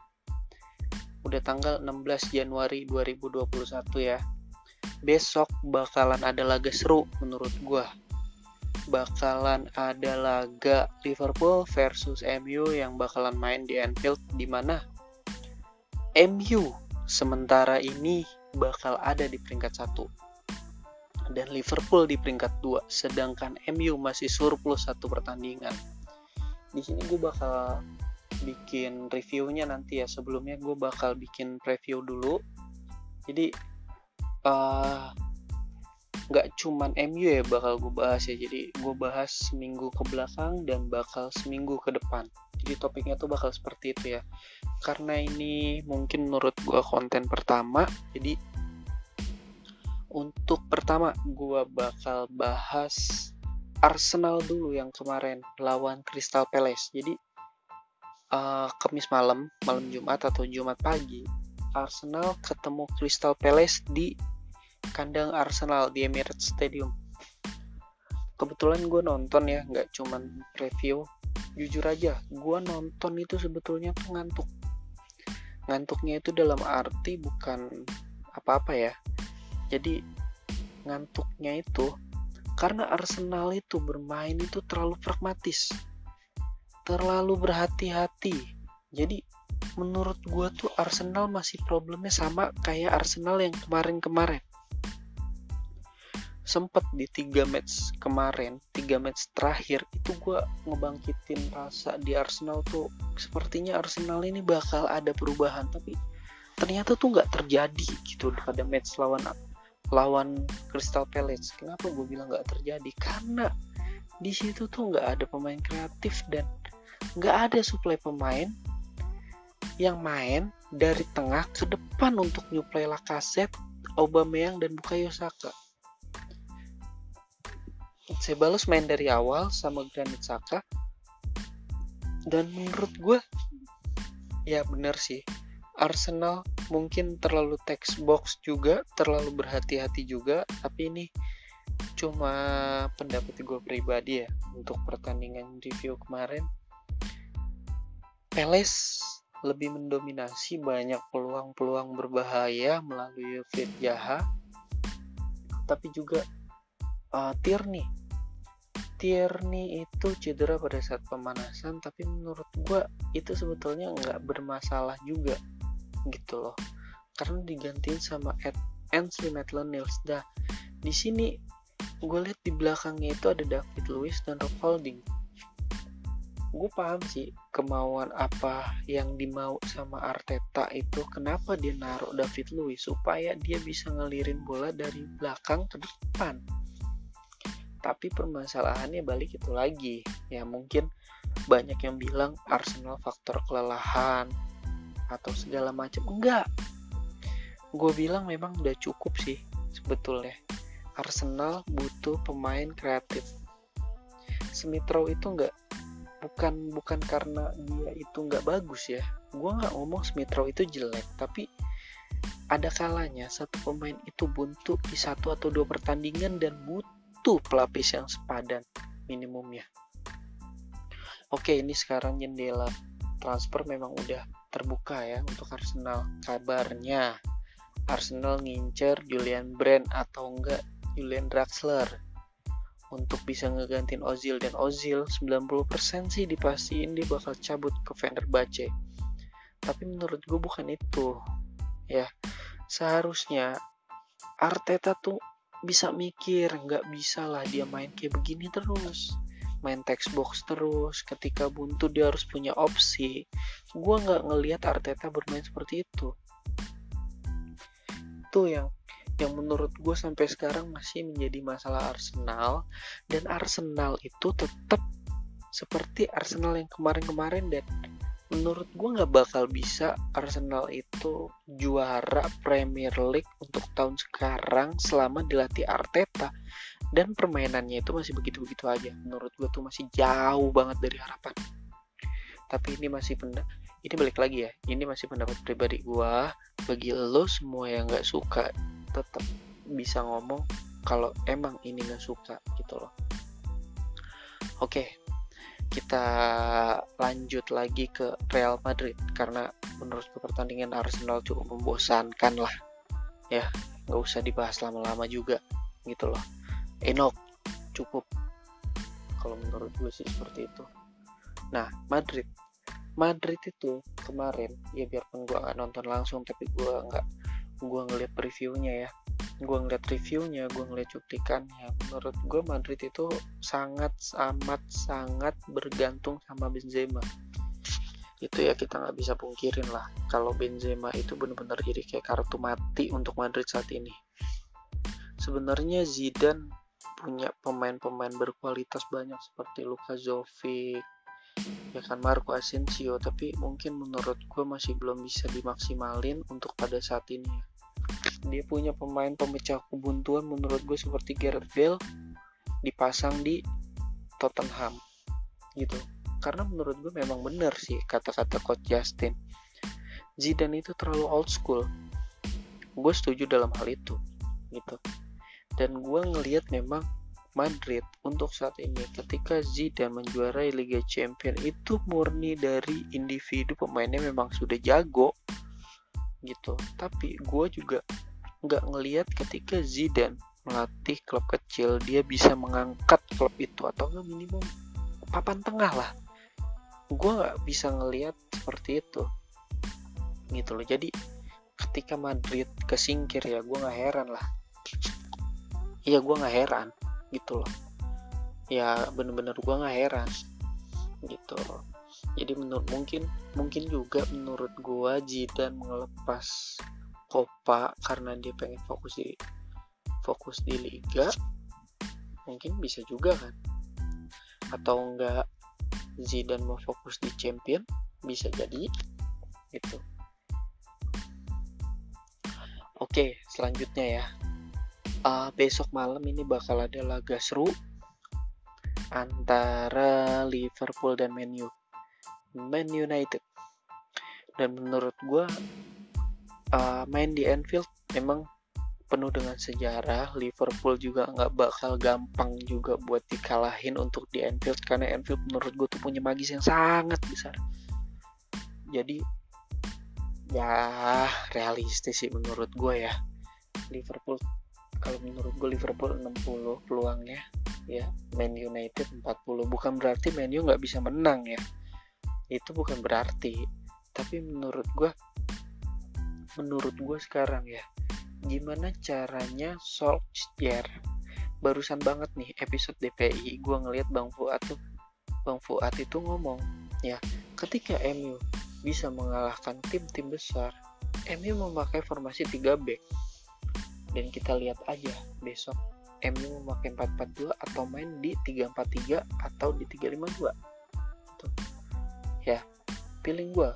Januari 2021 ya. Besok bakalan ada laga seru menurut gua. Bakalan ada laga Liverpool versus MU yang bakalan main di Anfield, di mana MU sementara ini bakal ada di peringkat 1 dan Liverpool di peringkat 2, sedangkan MU masih surplus 1 pertandingan. Di sini gue bakal bikin reviewnya nanti ya. Sebelumnya gue bakal bikin preview dulu. Jadi nggak cuman MU ya bakal gue bahas ya. Jadi gue bahas seminggu ke belakang dan bakal seminggu ke depan. Jadi topiknya tuh bakal seperti itu ya. Karena ini mungkin menurut gue konten pertama, jadi untuk pertama gue bakal bahas Arsenal dulu yang kemarin lawan Crystal Palace. Jadi Kamis malam Jumat atau Jumat pagi, Arsenal ketemu Crystal Palace di kandang Arsenal di Emirates Stadium. Kebetulan gue nonton ya, nggak cuman review. Jujur aja, gue nonton itu sebetulnya tuh ngantuk. Ngantuknya itu dalam arti bukan apa-apa ya. Jadi ngantuknya itu karena Arsenal itu bermain itu terlalu pragmatis, terlalu berhati-hati. Jadi menurut gue tuh Arsenal masih problemnya sama kayak Arsenal yang kemarin-kemarin. Sempet di 3 match terakhir itu gue ngebangkitin rasa di Arsenal tuh sepertinya Arsenal ini bakal ada perubahan, tapi ternyata tuh nggak terjadi gitu pada match lawan Crystal Palace. Kenapa gue bilang nggak terjadi? Karena di situ tuh nggak ada pemain kreatif dan nggak ada suplai pemain yang main dari tengah ke depan untuk nyuplai Lacazette, Aubameyang dan Bukayo Saka. Ceballos main dari awal sama Granit Xhaka, dan menurut gue ya benar sih, Arsenal mungkin terlalu text box juga, terlalu berhati-hati juga, tapi ini cuma pendapat gue pribadi ya. Untuk pertandingan review kemarin, Palace lebih mendominasi, banyak peluang-peluang berbahaya melalui Wilfried Zaha, tapi juga Tierney itu cedera pada saat pemanasan, tapi menurut gue itu sebetulnya nggak bermasalah juga gitu loh, karena digantiin sama Ainsley Maitland-Niles. Di sini gue lihat di belakangnya itu ada David Luiz dan Rob Holding. Gue paham sih kemauan apa yang dimau sama Arteta itu, kenapa dia naruh David Luiz supaya dia bisa ngelirin bola dari belakang ke depan. Tapi permasalahannya balik itu lagi ya, mungkin banyak yang bilang Arsenal faktor kelelahan atau segala macam. Enggak, gue bilang memang udah cukup sih sebetulnya. Arsenal butuh pemain kreatif. Smith Rowe itu bukan karena dia itu nggak bagus ya. Gue nggak ngomong Smith Rowe itu jelek, tapi ada kalanya satu pemain itu buntu di 1 atau 2 pertandingan dan butuh pelapis yang sepadan minimumnya. Oke, ini sekarang jendela transfer memang udah terbuka ya untuk Arsenal. Kabarnya Arsenal ngincer Julian Brandt atau enggak Julian Draxler untuk bisa ngegantiin Ozil, dan Ozil 90% sih dipastiin dia bakal cabut ke Fenerbahce. Tapi menurut gue bukan itu ya. Seharusnya Arteta tuh bisa mikir, nggak bisa lah dia main kayak begini terus, main text box terus. Ketika buntu dia harus punya opsi. Gue nggak ngelihat Arteta bermain seperti itu. Itu yang menurut gue sampai sekarang masih menjadi masalah Arsenal. Dan Arsenal itu tetap seperti Arsenal yang kemarin-kemarin, dan menurut gue gak bakal bisa Arsenal itu juara Premier League untuk tahun sekarang selama dilatih Arteta. Dan permainannya itu masih begitu-begitu aja. Menurut gue tuh masih jauh banget dari harapan. Tapi ini balik lagi ya, ini masih pendapat pribadi gue. Bagi lo semua yang gak suka, tetap bisa ngomong kalau emang ini gak suka gitu loh. Oke, kita lanjut lagi ke Real Madrid, karena menurut pertandingan Arsenal cukup membosankan lah ya, nggak usah dibahas lama-lama juga gitu loh. Enok cukup, kalau menurut gue sih seperti itu. Nah, Madrid itu kemarin ya, biarpun gue nggak nonton langsung, tapi gue ngeliat reviewnya ya, gue ngeliat cuplikannya. Menurut gue Madrid itu sangat bergantung sama Benzema. Itu ya kita nggak bisa pungkirin lah, kalau Benzema itu benar-benar jadi kayak kartu mati untuk Madrid saat ini. Sebenarnya Zidane punya pemain-pemain berkualitas banyak seperti Luka Jovic, ya kan, Marco Asensio, tapi mungkin menurut gue masih belum bisa dimaksimalin untuk pada saat ini. Dia punya pemain pemecah kebuntuan menurut gue seperti Gareth Bale dipasang di Tottenham gitu. Karena menurut gue memang benar sih kata-kata Coach Justin, Zidane itu terlalu old school. Gue setuju dalam hal itu gitu. Dan gue ngelihat memang Madrid untuk saat ini ketika Zidane menjuarai Liga Champions itu murni dari individu pemainnya memang sudah jago gitu. Tapi gue juga nggak ngelihat ketika Zidane melatih klub kecil dia bisa mengangkat klub itu, atau nggak minimum papan tengah lah. Gue nggak bisa ngelihat seperti itu gitu loh. Jadi ketika Madrid kesingkir ya gue nggak heran lah. Iya, gue nggak heran gitu loh. Ya bener-bener gue nggak heran gitu. Jadi mungkin juga menurut gue Zidane melepas Copa karena dia pengen fokus di Liga, mungkin bisa juga kan. Atau enggak Zidane mau fokus di Champion, bisa jadi gitu. Oke, selanjutnya ya, besok malam ini bakal ada laga seru antara Liverpool dan Man United. Dan menurut gue main di Anfield memang penuh dengan sejarah. Liverpool juga nggak bakal gampang juga buat dikalahin untuk di Anfield, karena Anfield menurut gue tuh punya magis yang sangat besar. Jadi ya realistis sih menurut gue ya. Liverpool, kalau menurut gue Liverpool 60 peluangnya ya, Man United 40. Bukan berarti Man U nggak bisa menang ya, itu bukan berarti. Tapi menurut gue sekarang ya, gimana caranya Solskjaer, barusan banget nih episode DPI gue ngelihat Bang Fuad itu ngomong ya, ketika MU bisa mengalahkan tim-tim besar, MU memakai formasi 3 back. Dan kita lihat aja besok MU memakai 4-4-2 atau main di 3-4-3 atau di 3-5-2 gitu. Ya, feeling gue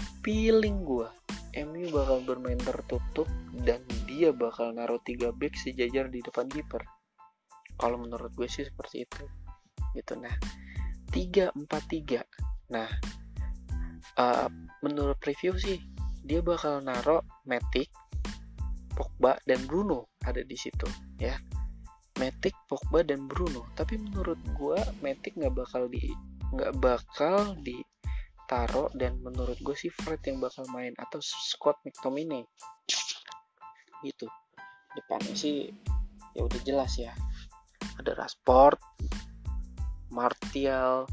MU bakal bermain tertutup dan dia bakal naruh 3 back sejajar di depan kiper. Kalau menurut gue sih seperti itu gitu. Nah, 3-4-3. Nah, menurut preview sih dia bakal naruh Matic, Pogba dan Bruno ada di situ ya. Matic, Pogba dan Bruno. Tapi menurut gue Matic nggak bakal ditaruh, dan menurut gue sih Fred yang bakal main atau Scott McTominay gitu. Depannya sih ya udah jelas ya, ada Rashford, Martial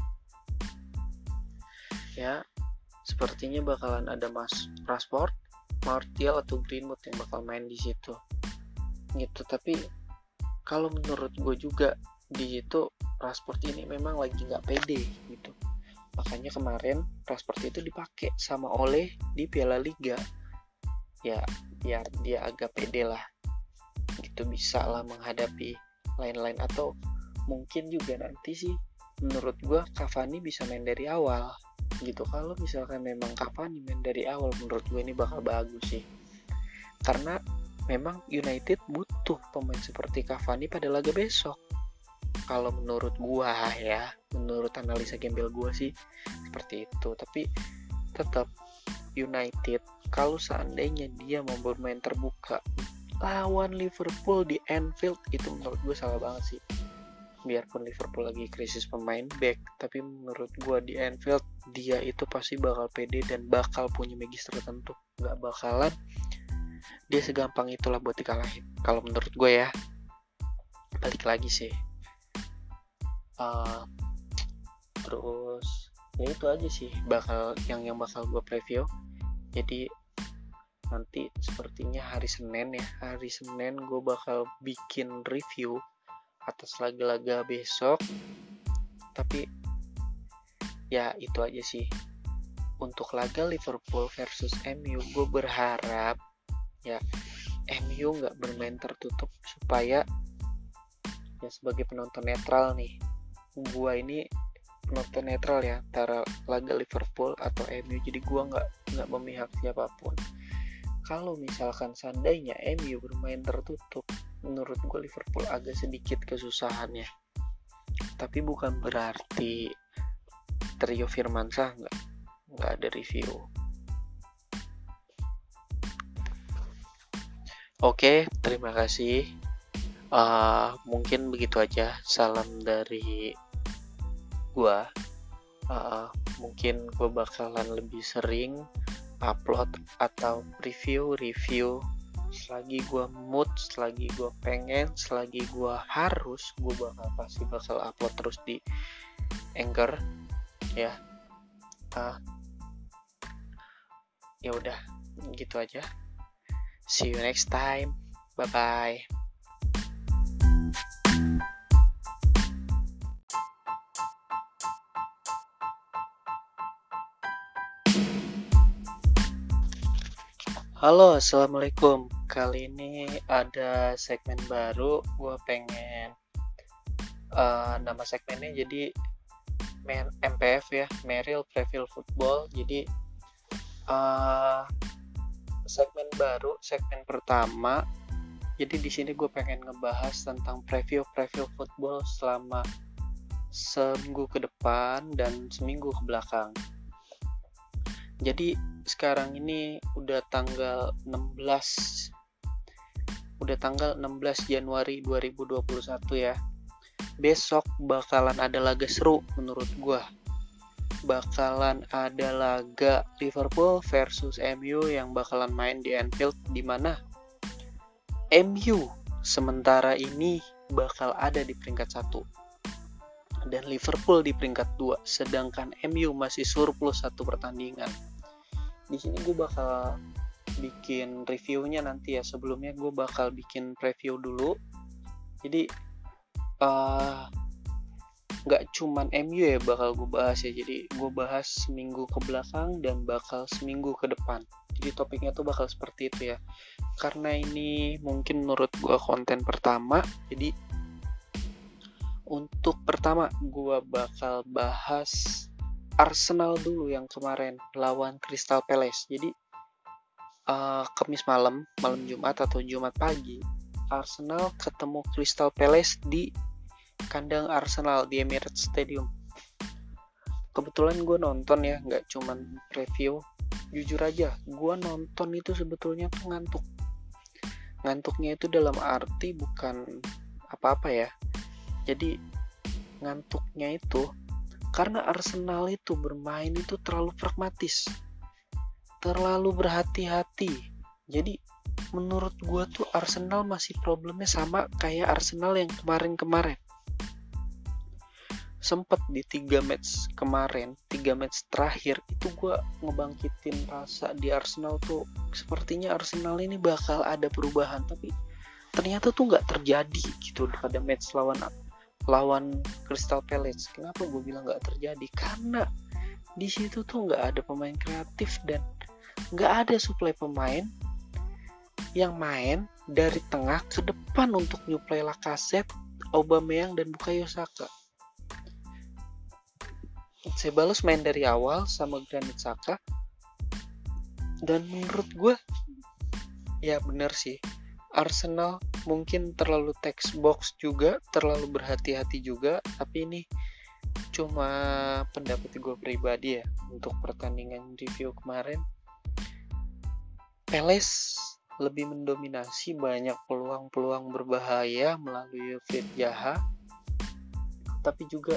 ya, sepertinya bakalan ada Rashford, Martial atau Greenwood yang bakal main di situ gitu. Tapi kalau menurut gue juga di situ Rashford ini memang lagi nggak pede gitu. Makanya kemarin Rashford itu dipakai sama Ole di Piala Liga ya, biar dia agak pede lah gitu, bisa lah menghadapi lain-lain. Atau mungkin juga nanti sih menurut gue Cavani bisa main dari awal gitu. Kalau misalkan memang Cavani main dari awal, menurut gue ini bakal bagus sih, karena memang United butuh pemain seperti Cavani pada laga besok. Kalau menurut gua ya, menurut analisa gembel gua sih seperti itu. Tapi tetap United kalau seandainya dia mau bermain terbuka lawan Liverpool di Anfield, itu menurut gua salah banget sih. biarpun Liverpool lagi krisis pemain back, tapi menurut gue di Anfield dia itu pasti bakal pede dan bakal punya magis tertentu. Gak bakalan dia segampang itulah buat dikalahin. Kalau menurut gue ya, balik lagi sih. Terus ya itu aja sih bakal yang bakal gue preview. Jadi nanti sepertinya hari Senin gue bakal bikin review atas laga-laga besok. Tapi ya itu aja sih. Untuk laga Liverpool versus MU, gue berharap ya MU gak bermain tertutup, supaya ya sebagai penonton netral nih, gue ini penonton netral ya antara laga Liverpool atau MU, jadi gue gak memihak siapapun. Kalau misalkan seandainya MU bermain tertutup, menurut gue Liverpool agak sedikit kesusahannya. Tapi bukan berarti Trio Firmansyah nggak ada review. Oke, terima kasih. Mungkin begitu aja. Salam dari gua. Mungkin gua bakalan lebih sering upload atau review selagi gue mood, selagi gue pengen, selagi gue harus, gue pasti bakal upload terus di Anchor ya. Ya udah gitu aja. See you next time. Bye bye. Halo, assalamualaikum. Kali ini ada segmen baru. Gue pengen nama segmennya jadi MPF ya, Meril Preview Football. Jadi segmen baru, segmen pertama. Jadi di sini gue pengen ngebahas tentang preview football selama seminggu ke depan dan seminggu ke belakang. Jadi sekarang ini udah tanggal 16 Januari 2021 ya. Besok bakalan ada laga seru menurut gua. Bakalan ada laga Liverpool versus MU yang bakalan main di Anfield, di mana MU sementara ini bakal ada di peringkat 1 dan Liverpool di peringkat 2, sedangkan MU masih surplus 1 pertandingan. Di sini gue bakal bikin reviewnya nanti ya. Sebelumnya gue bakal bikin preview dulu. Jadi nggak cuman MU ya bakal gue bahas ya. Jadi gue bahas seminggu ke belakang dan bakal seminggu ke depan. Jadi topiknya tuh bakal seperti itu ya. Karena ini mungkin menurut gue konten pertama. Jadi untuk pertama gue bakal bahas Arsenal dulu yang kemarin lawan Crystal Palace. Jadi Kamis malam Jumat atau Jumat pagi, Arsenal ketemu Crystal Palace di kandang Arsenal di Emirates Stadium. Kebetulan gue nonton ya, nggak cuman review. Jujur aja, gue nonton itu sebetulnya tuh ngantuk. Ngantuknya itu dalam arti bukan apa-apa ya. Jadi ngantuknya itu karena Arsenal itu bermain itu terlalu pragmatis, terlalu berhati-hati. Jadi menurut gue tuh Arsenal masih problemnya sama kayak Arsenal yang kemarin-kemarin. Sempet di 3 match terakhir itu gue ngebangkitin rasa di Arsenal tuh, sepertinya Arsenal ini bakal ada perubahan, tapi ternyata tuh nggak terjadi gitu pada match lawan Crystal Palace. Kenapa gue bilang nggak terjadi? Karena di situ tuh nggak ada pemain kreatif dan nggak ada suplai pemain yang main dari tengah ke depan untuk nyuplai Lacazette, Aubameyang dan Bukayo Saka. Ceballos main dari awal sama Granit Xhaka, dan menurut gue ya benar sih, Arsenal mungkin terlalu text box juga, terlalu berhati-hati juga. Tapi ini cuma pendapat gue pribadi ya. Untuk pertandingan review kemarin, Palace lebih mendominasi, banyak peluang-peluang berbahaya melalui Wilfried Zaha. Tapi juga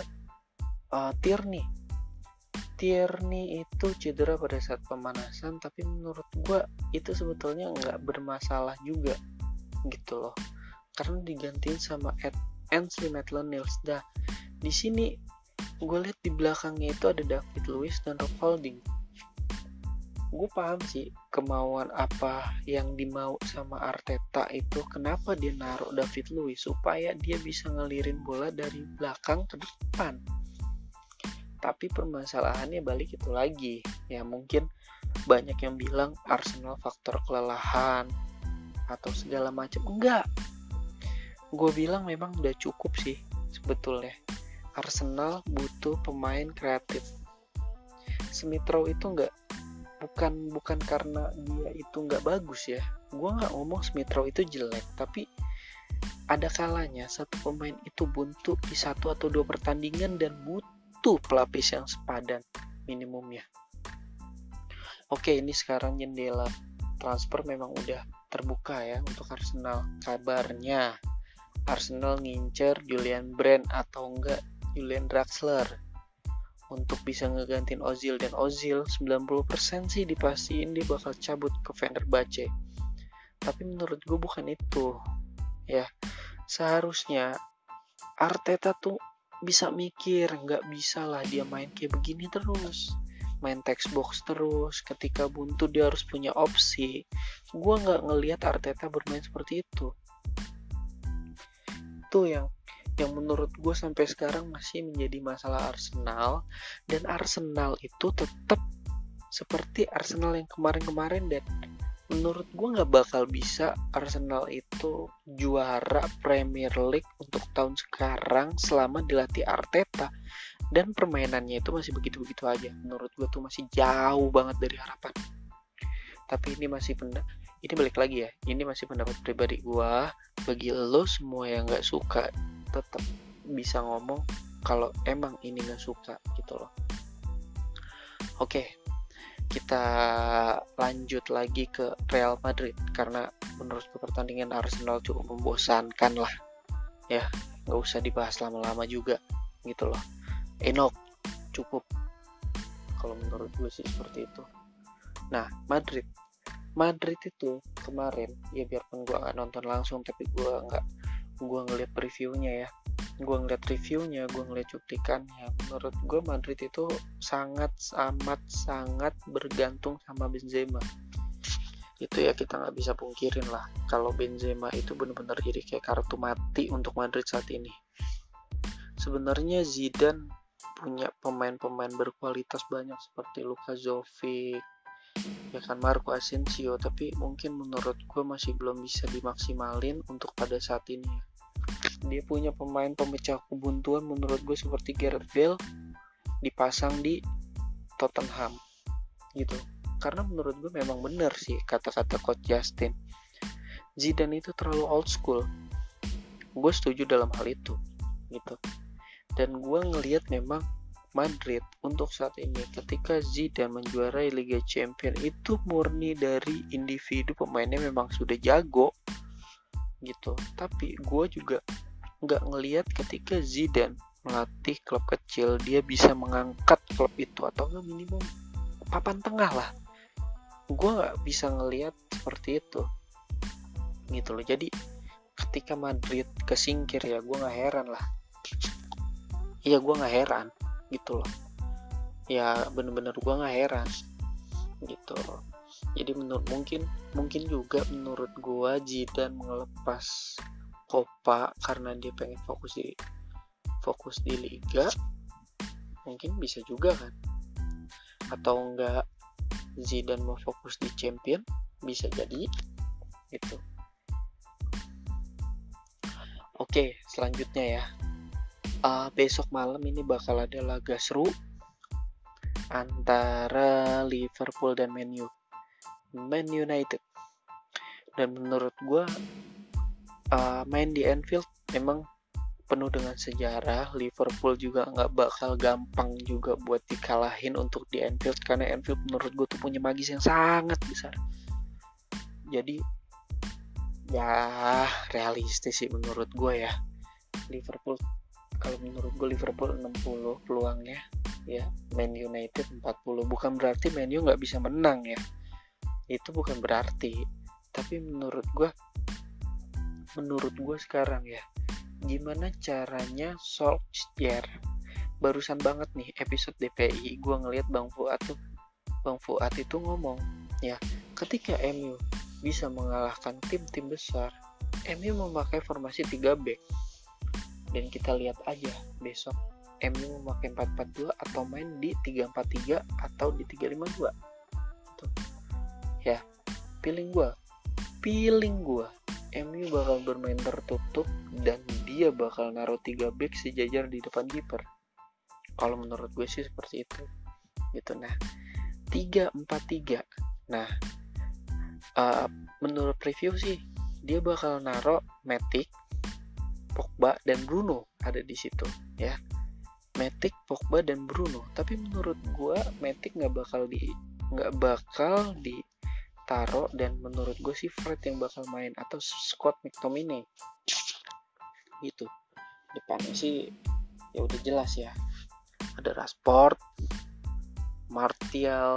Tierney itu cedera pada saat pemanasan, tapi menurut gue itu sebetulnya nggak bermasalah juga gitu loh, karena digantiin sama Ainsley Maitland-Niles. Di sini gue lihat di belakangnya itu ada David Luiz dan Rob Holding. Gue paham sih kemauan apa yang dimau sama Arteta itu, kenapa dia naruh David Luiz supaya dia bisa ngelirin bola dari belakang ke depan. Tapi permasalahannya balik itu lagi, ya mungkin banyak yang bilang Arsenal faktor kelelahan atau segala macam. Enggak, gue bilang memang udah cukup sih sebetulnya. Arsenal butuh pemain kreatif. Smith Rowe itu bukan karena dia itu nggak bagus ya. Gue nggak ngomong Smith Rowe itu jelek, tapi ada kalanya satu pemain itu buntu di 1 atau 2 pertandingan dan butuh pelapis yang sepadan minimumnya. Oke, ini sekarang jendela transfer memang udah terbuka ya untuk Arsenal. Kabarnya Arsenal ngincer Julian Brand atau enggak Julian Draxler untuk bisa ngegantiin Ozil, dan Ozil 90% sih dipastiin dia bakal cabut ke Fenerbahce. Tapi menurut gue bukan itu ya. Seharusnya Arteta tuh bisa mikir, nggak bisa lah dia main kayak begini terus, main text box terus. Ketika buntu dia harus punya opsi. Gue nggak ngelihat Arteta bermain seperti itu. Itu yang menurut gue sampai sekarang masih menjadi masalah Arsenal. Dan Arsenal itu tetap seperti Arsenal yang kemarin-kemarin, dan menurut gue gak bakal bisa Arsenal itu juara Premier League untuk tahun sekarang selama dilatih Arteta. Dan permainannya itu masih begitu-begitu aja. Menurut gue tuh masih jauh banget dari harapan. Tapi ini balik lagi ya, ini masih pendapat pribadi gue. Bagi lo semua yang gak suka, tetap bisa ngomong kalau emang ini gak suka gitu loh. Oke, kita lanjut lagi ke Real Madrid, karena menurut pertandingan Arsenal cukup membosankan lah ya, gak usah dibahas lama-lama juga gitu loh. Enoch cukup kalau menurut gue sih seperti itu. Nah, Madrid itu kemarin ya, biarpun gue gak nonton langsung, tapi gue ngeliat previewnya ya, gue ngeliat reviewnya, gue ngeliat cuplikannya. Menurut gue Madrid itu sangat bergantung sama Benzema. Itu ya kita nggak bisa pungkirin lah, kalau Benzema itu benar-benar jadi kayak kartu mati untuk Madrid saat ini. Sebenarnya Zidane punya pemain-pemain berkualitas banyak seperti Luka Jovic, ya kan, Marco Asensio, tapi mungkin menurut gue masih belum bisa dimaksimalin untuk pada saat ini. Dia punya pemain pemecah kebuntuan menurut gue seperti Gareth Bale dipasang di Tottenham gitu. Karena menurut gue memang benar sih kata-kata Coach Justin, Zidane itu terlalu old school. Gue setuju dalam hal itu gitu. Dan gue ngelihat memang Madrid untuk saat ini ketika Zidane menjuarai Liga Champions itu murni dari individu pemainnya memang sudah jago gitu. Tapi gue juga nggak ngelihat ketika Zidane melatih klub kecil dia bisa mengangkat klub itu, atau nggak minimum papan tengah lah. Gue nggak bisa ngelihat seperti itu gitu loh. Jadi ketika Madrid kesingkir ya gue nggak heran lah. Iya, gue nggak heran gitu loh. Ya bener-bener gue nggak heran gitu. Jadi mungkin juga menurut gue Zidane melepas Copa karena dia pengen fokus di Liga, mungkin bisa juga kan. Atau enggak Zidane mau fokus di Champion, bisa jadi gitu. Oke, selanjutnya ya, besok malam ini bakal ada laga seru antara Liverpool dan Man United. Dan menurut gue main di Anfield memang penuh dengan sejarah. Liverpool juga gak bakal gampang juga buat dikalahin untuk di Anfield, karena Anfield menurut gue tuh punya magis yang sangat besar. Jadi ya realistis sih menurut gue ya, Liverpool Kalau menurut gue Liverpool 60 peluangnya ya, Man United 40. Bukan berarti Man U nggak bisa menang ya, itu bukan berarti. Tapi menurut gue sekarang ya, gimana caranya Solskjaer, barusan banget nih episode DPI gue ngeliat Bang Fuad itu ngomong ya, ketika MU bisa mengalahkan tim-tim besar, MU memakai formasi 3 back. Dan kita lihat aja besok MU memakai 4-4-2 atau main di 3-4-3 atau di 3-5-2. Tuh. Ya, feeling gue MU bakal bermain tertutup dan dia bakal naruh 3 back sejajar di depan kiper. Kalau menurut gue sih seperti itu. Gitu. Nah, 3-4-3. Nah, menurut preview sih dia bakal naruh Matic, Pogba dan Bruno ada di situ ya. Matic, Pogba dan Bruno. Tapi menurut gue Matic nggak bakal ditaruh, dan menurut gue sih Fred yang bakal main atau Scott McTominay. Gitu. Depannya sih ya udah jelas ya. Ada Rashford, Martial.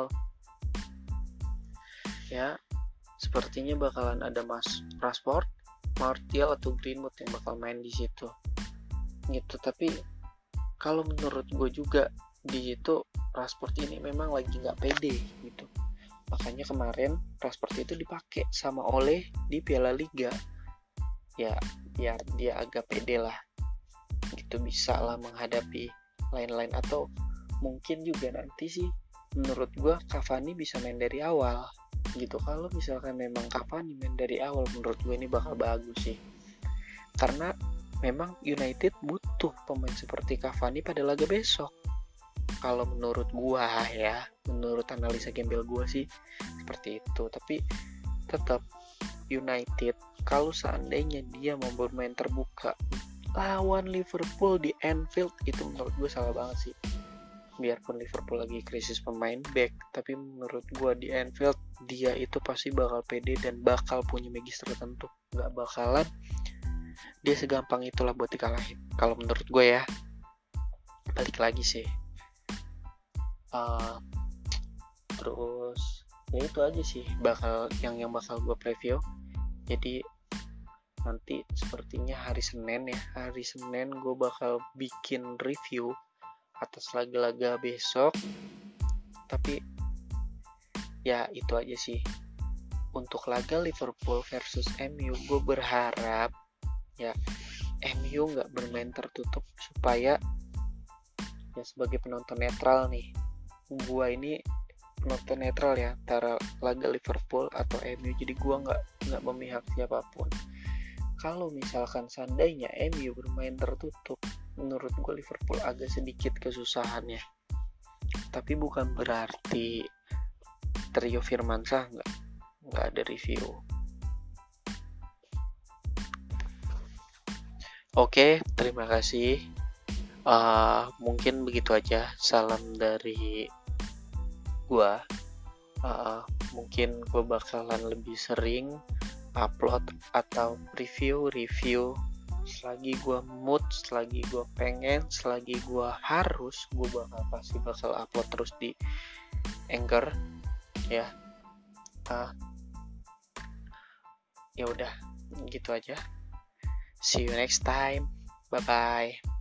Ya, sepertinya bakalan ada Rashford, Martial atau Greenwood yang bakal main di situ. Gitu. Tapi kalau menurut gue juga di situ Rashford ini memang lagi nggak pede gitu. Makanya kemarin Rashford itu dipakai sama Ole di Piala Liga. Ya biar dia agak pede lah. Gitu, bisa lah menghadapi lain-lain. Atau mungkin juga nanti sih menurut gue Cavani bisa main dari awal. Gitu. Kalau misalkan memang Cavani main dari awal, menurut gue ini bakal bagus sih. Karena memang United butuh pemain seperti Cavani pada laga besok. Kalau menurut gua ya, menurut analisa gembel gua sih seperti itu. Tapi tetap United kalau seandainya dia mau bermain terbuka lawan Liverpool di Anfield, itu menurut gua salah banget sih. Biarpun Liverpool lagi krisis pemain back, tapi menurut gua di Anfield dia itu pasti bakal pede dan bakal punya magis tertentu. Gak bakalan dia segampang itulah buat dikalahin. Kalau menurut gue ya, balik lagi sih. Terus ya itu aja sih bakal yang bakal gue preview. Jadi nanti sepertinya hari Senin gue bakal bikin review atas laga-laga besok. Tapi ya itu aja sih. Untuk laga Liverpool versus MU, gue berharap ya MU nggak bermain tertutup, supaya ya sebagai penonton netral nih, gua ini penonton netral ya antara laga Liverpool atau MU, jadi gua nggak memihak siapapun. Kalau misalkan seandainya MU bermain tertutup, menurut gua Liverpool agak sedikit kesusahannya. Tapi bukan berarti trio Firmansyah nggak ada review. Oke, terima kasih. Mungkin begitu aja. Salam dari gua. Mungkin gua bakalan lebih sering upload atau review selagi gua mood, selagi gua pengen, selagi gua harus, gua bakal upload terus di Anchor ya. Ya udah, gitu aja. See you next time. Bye-bye.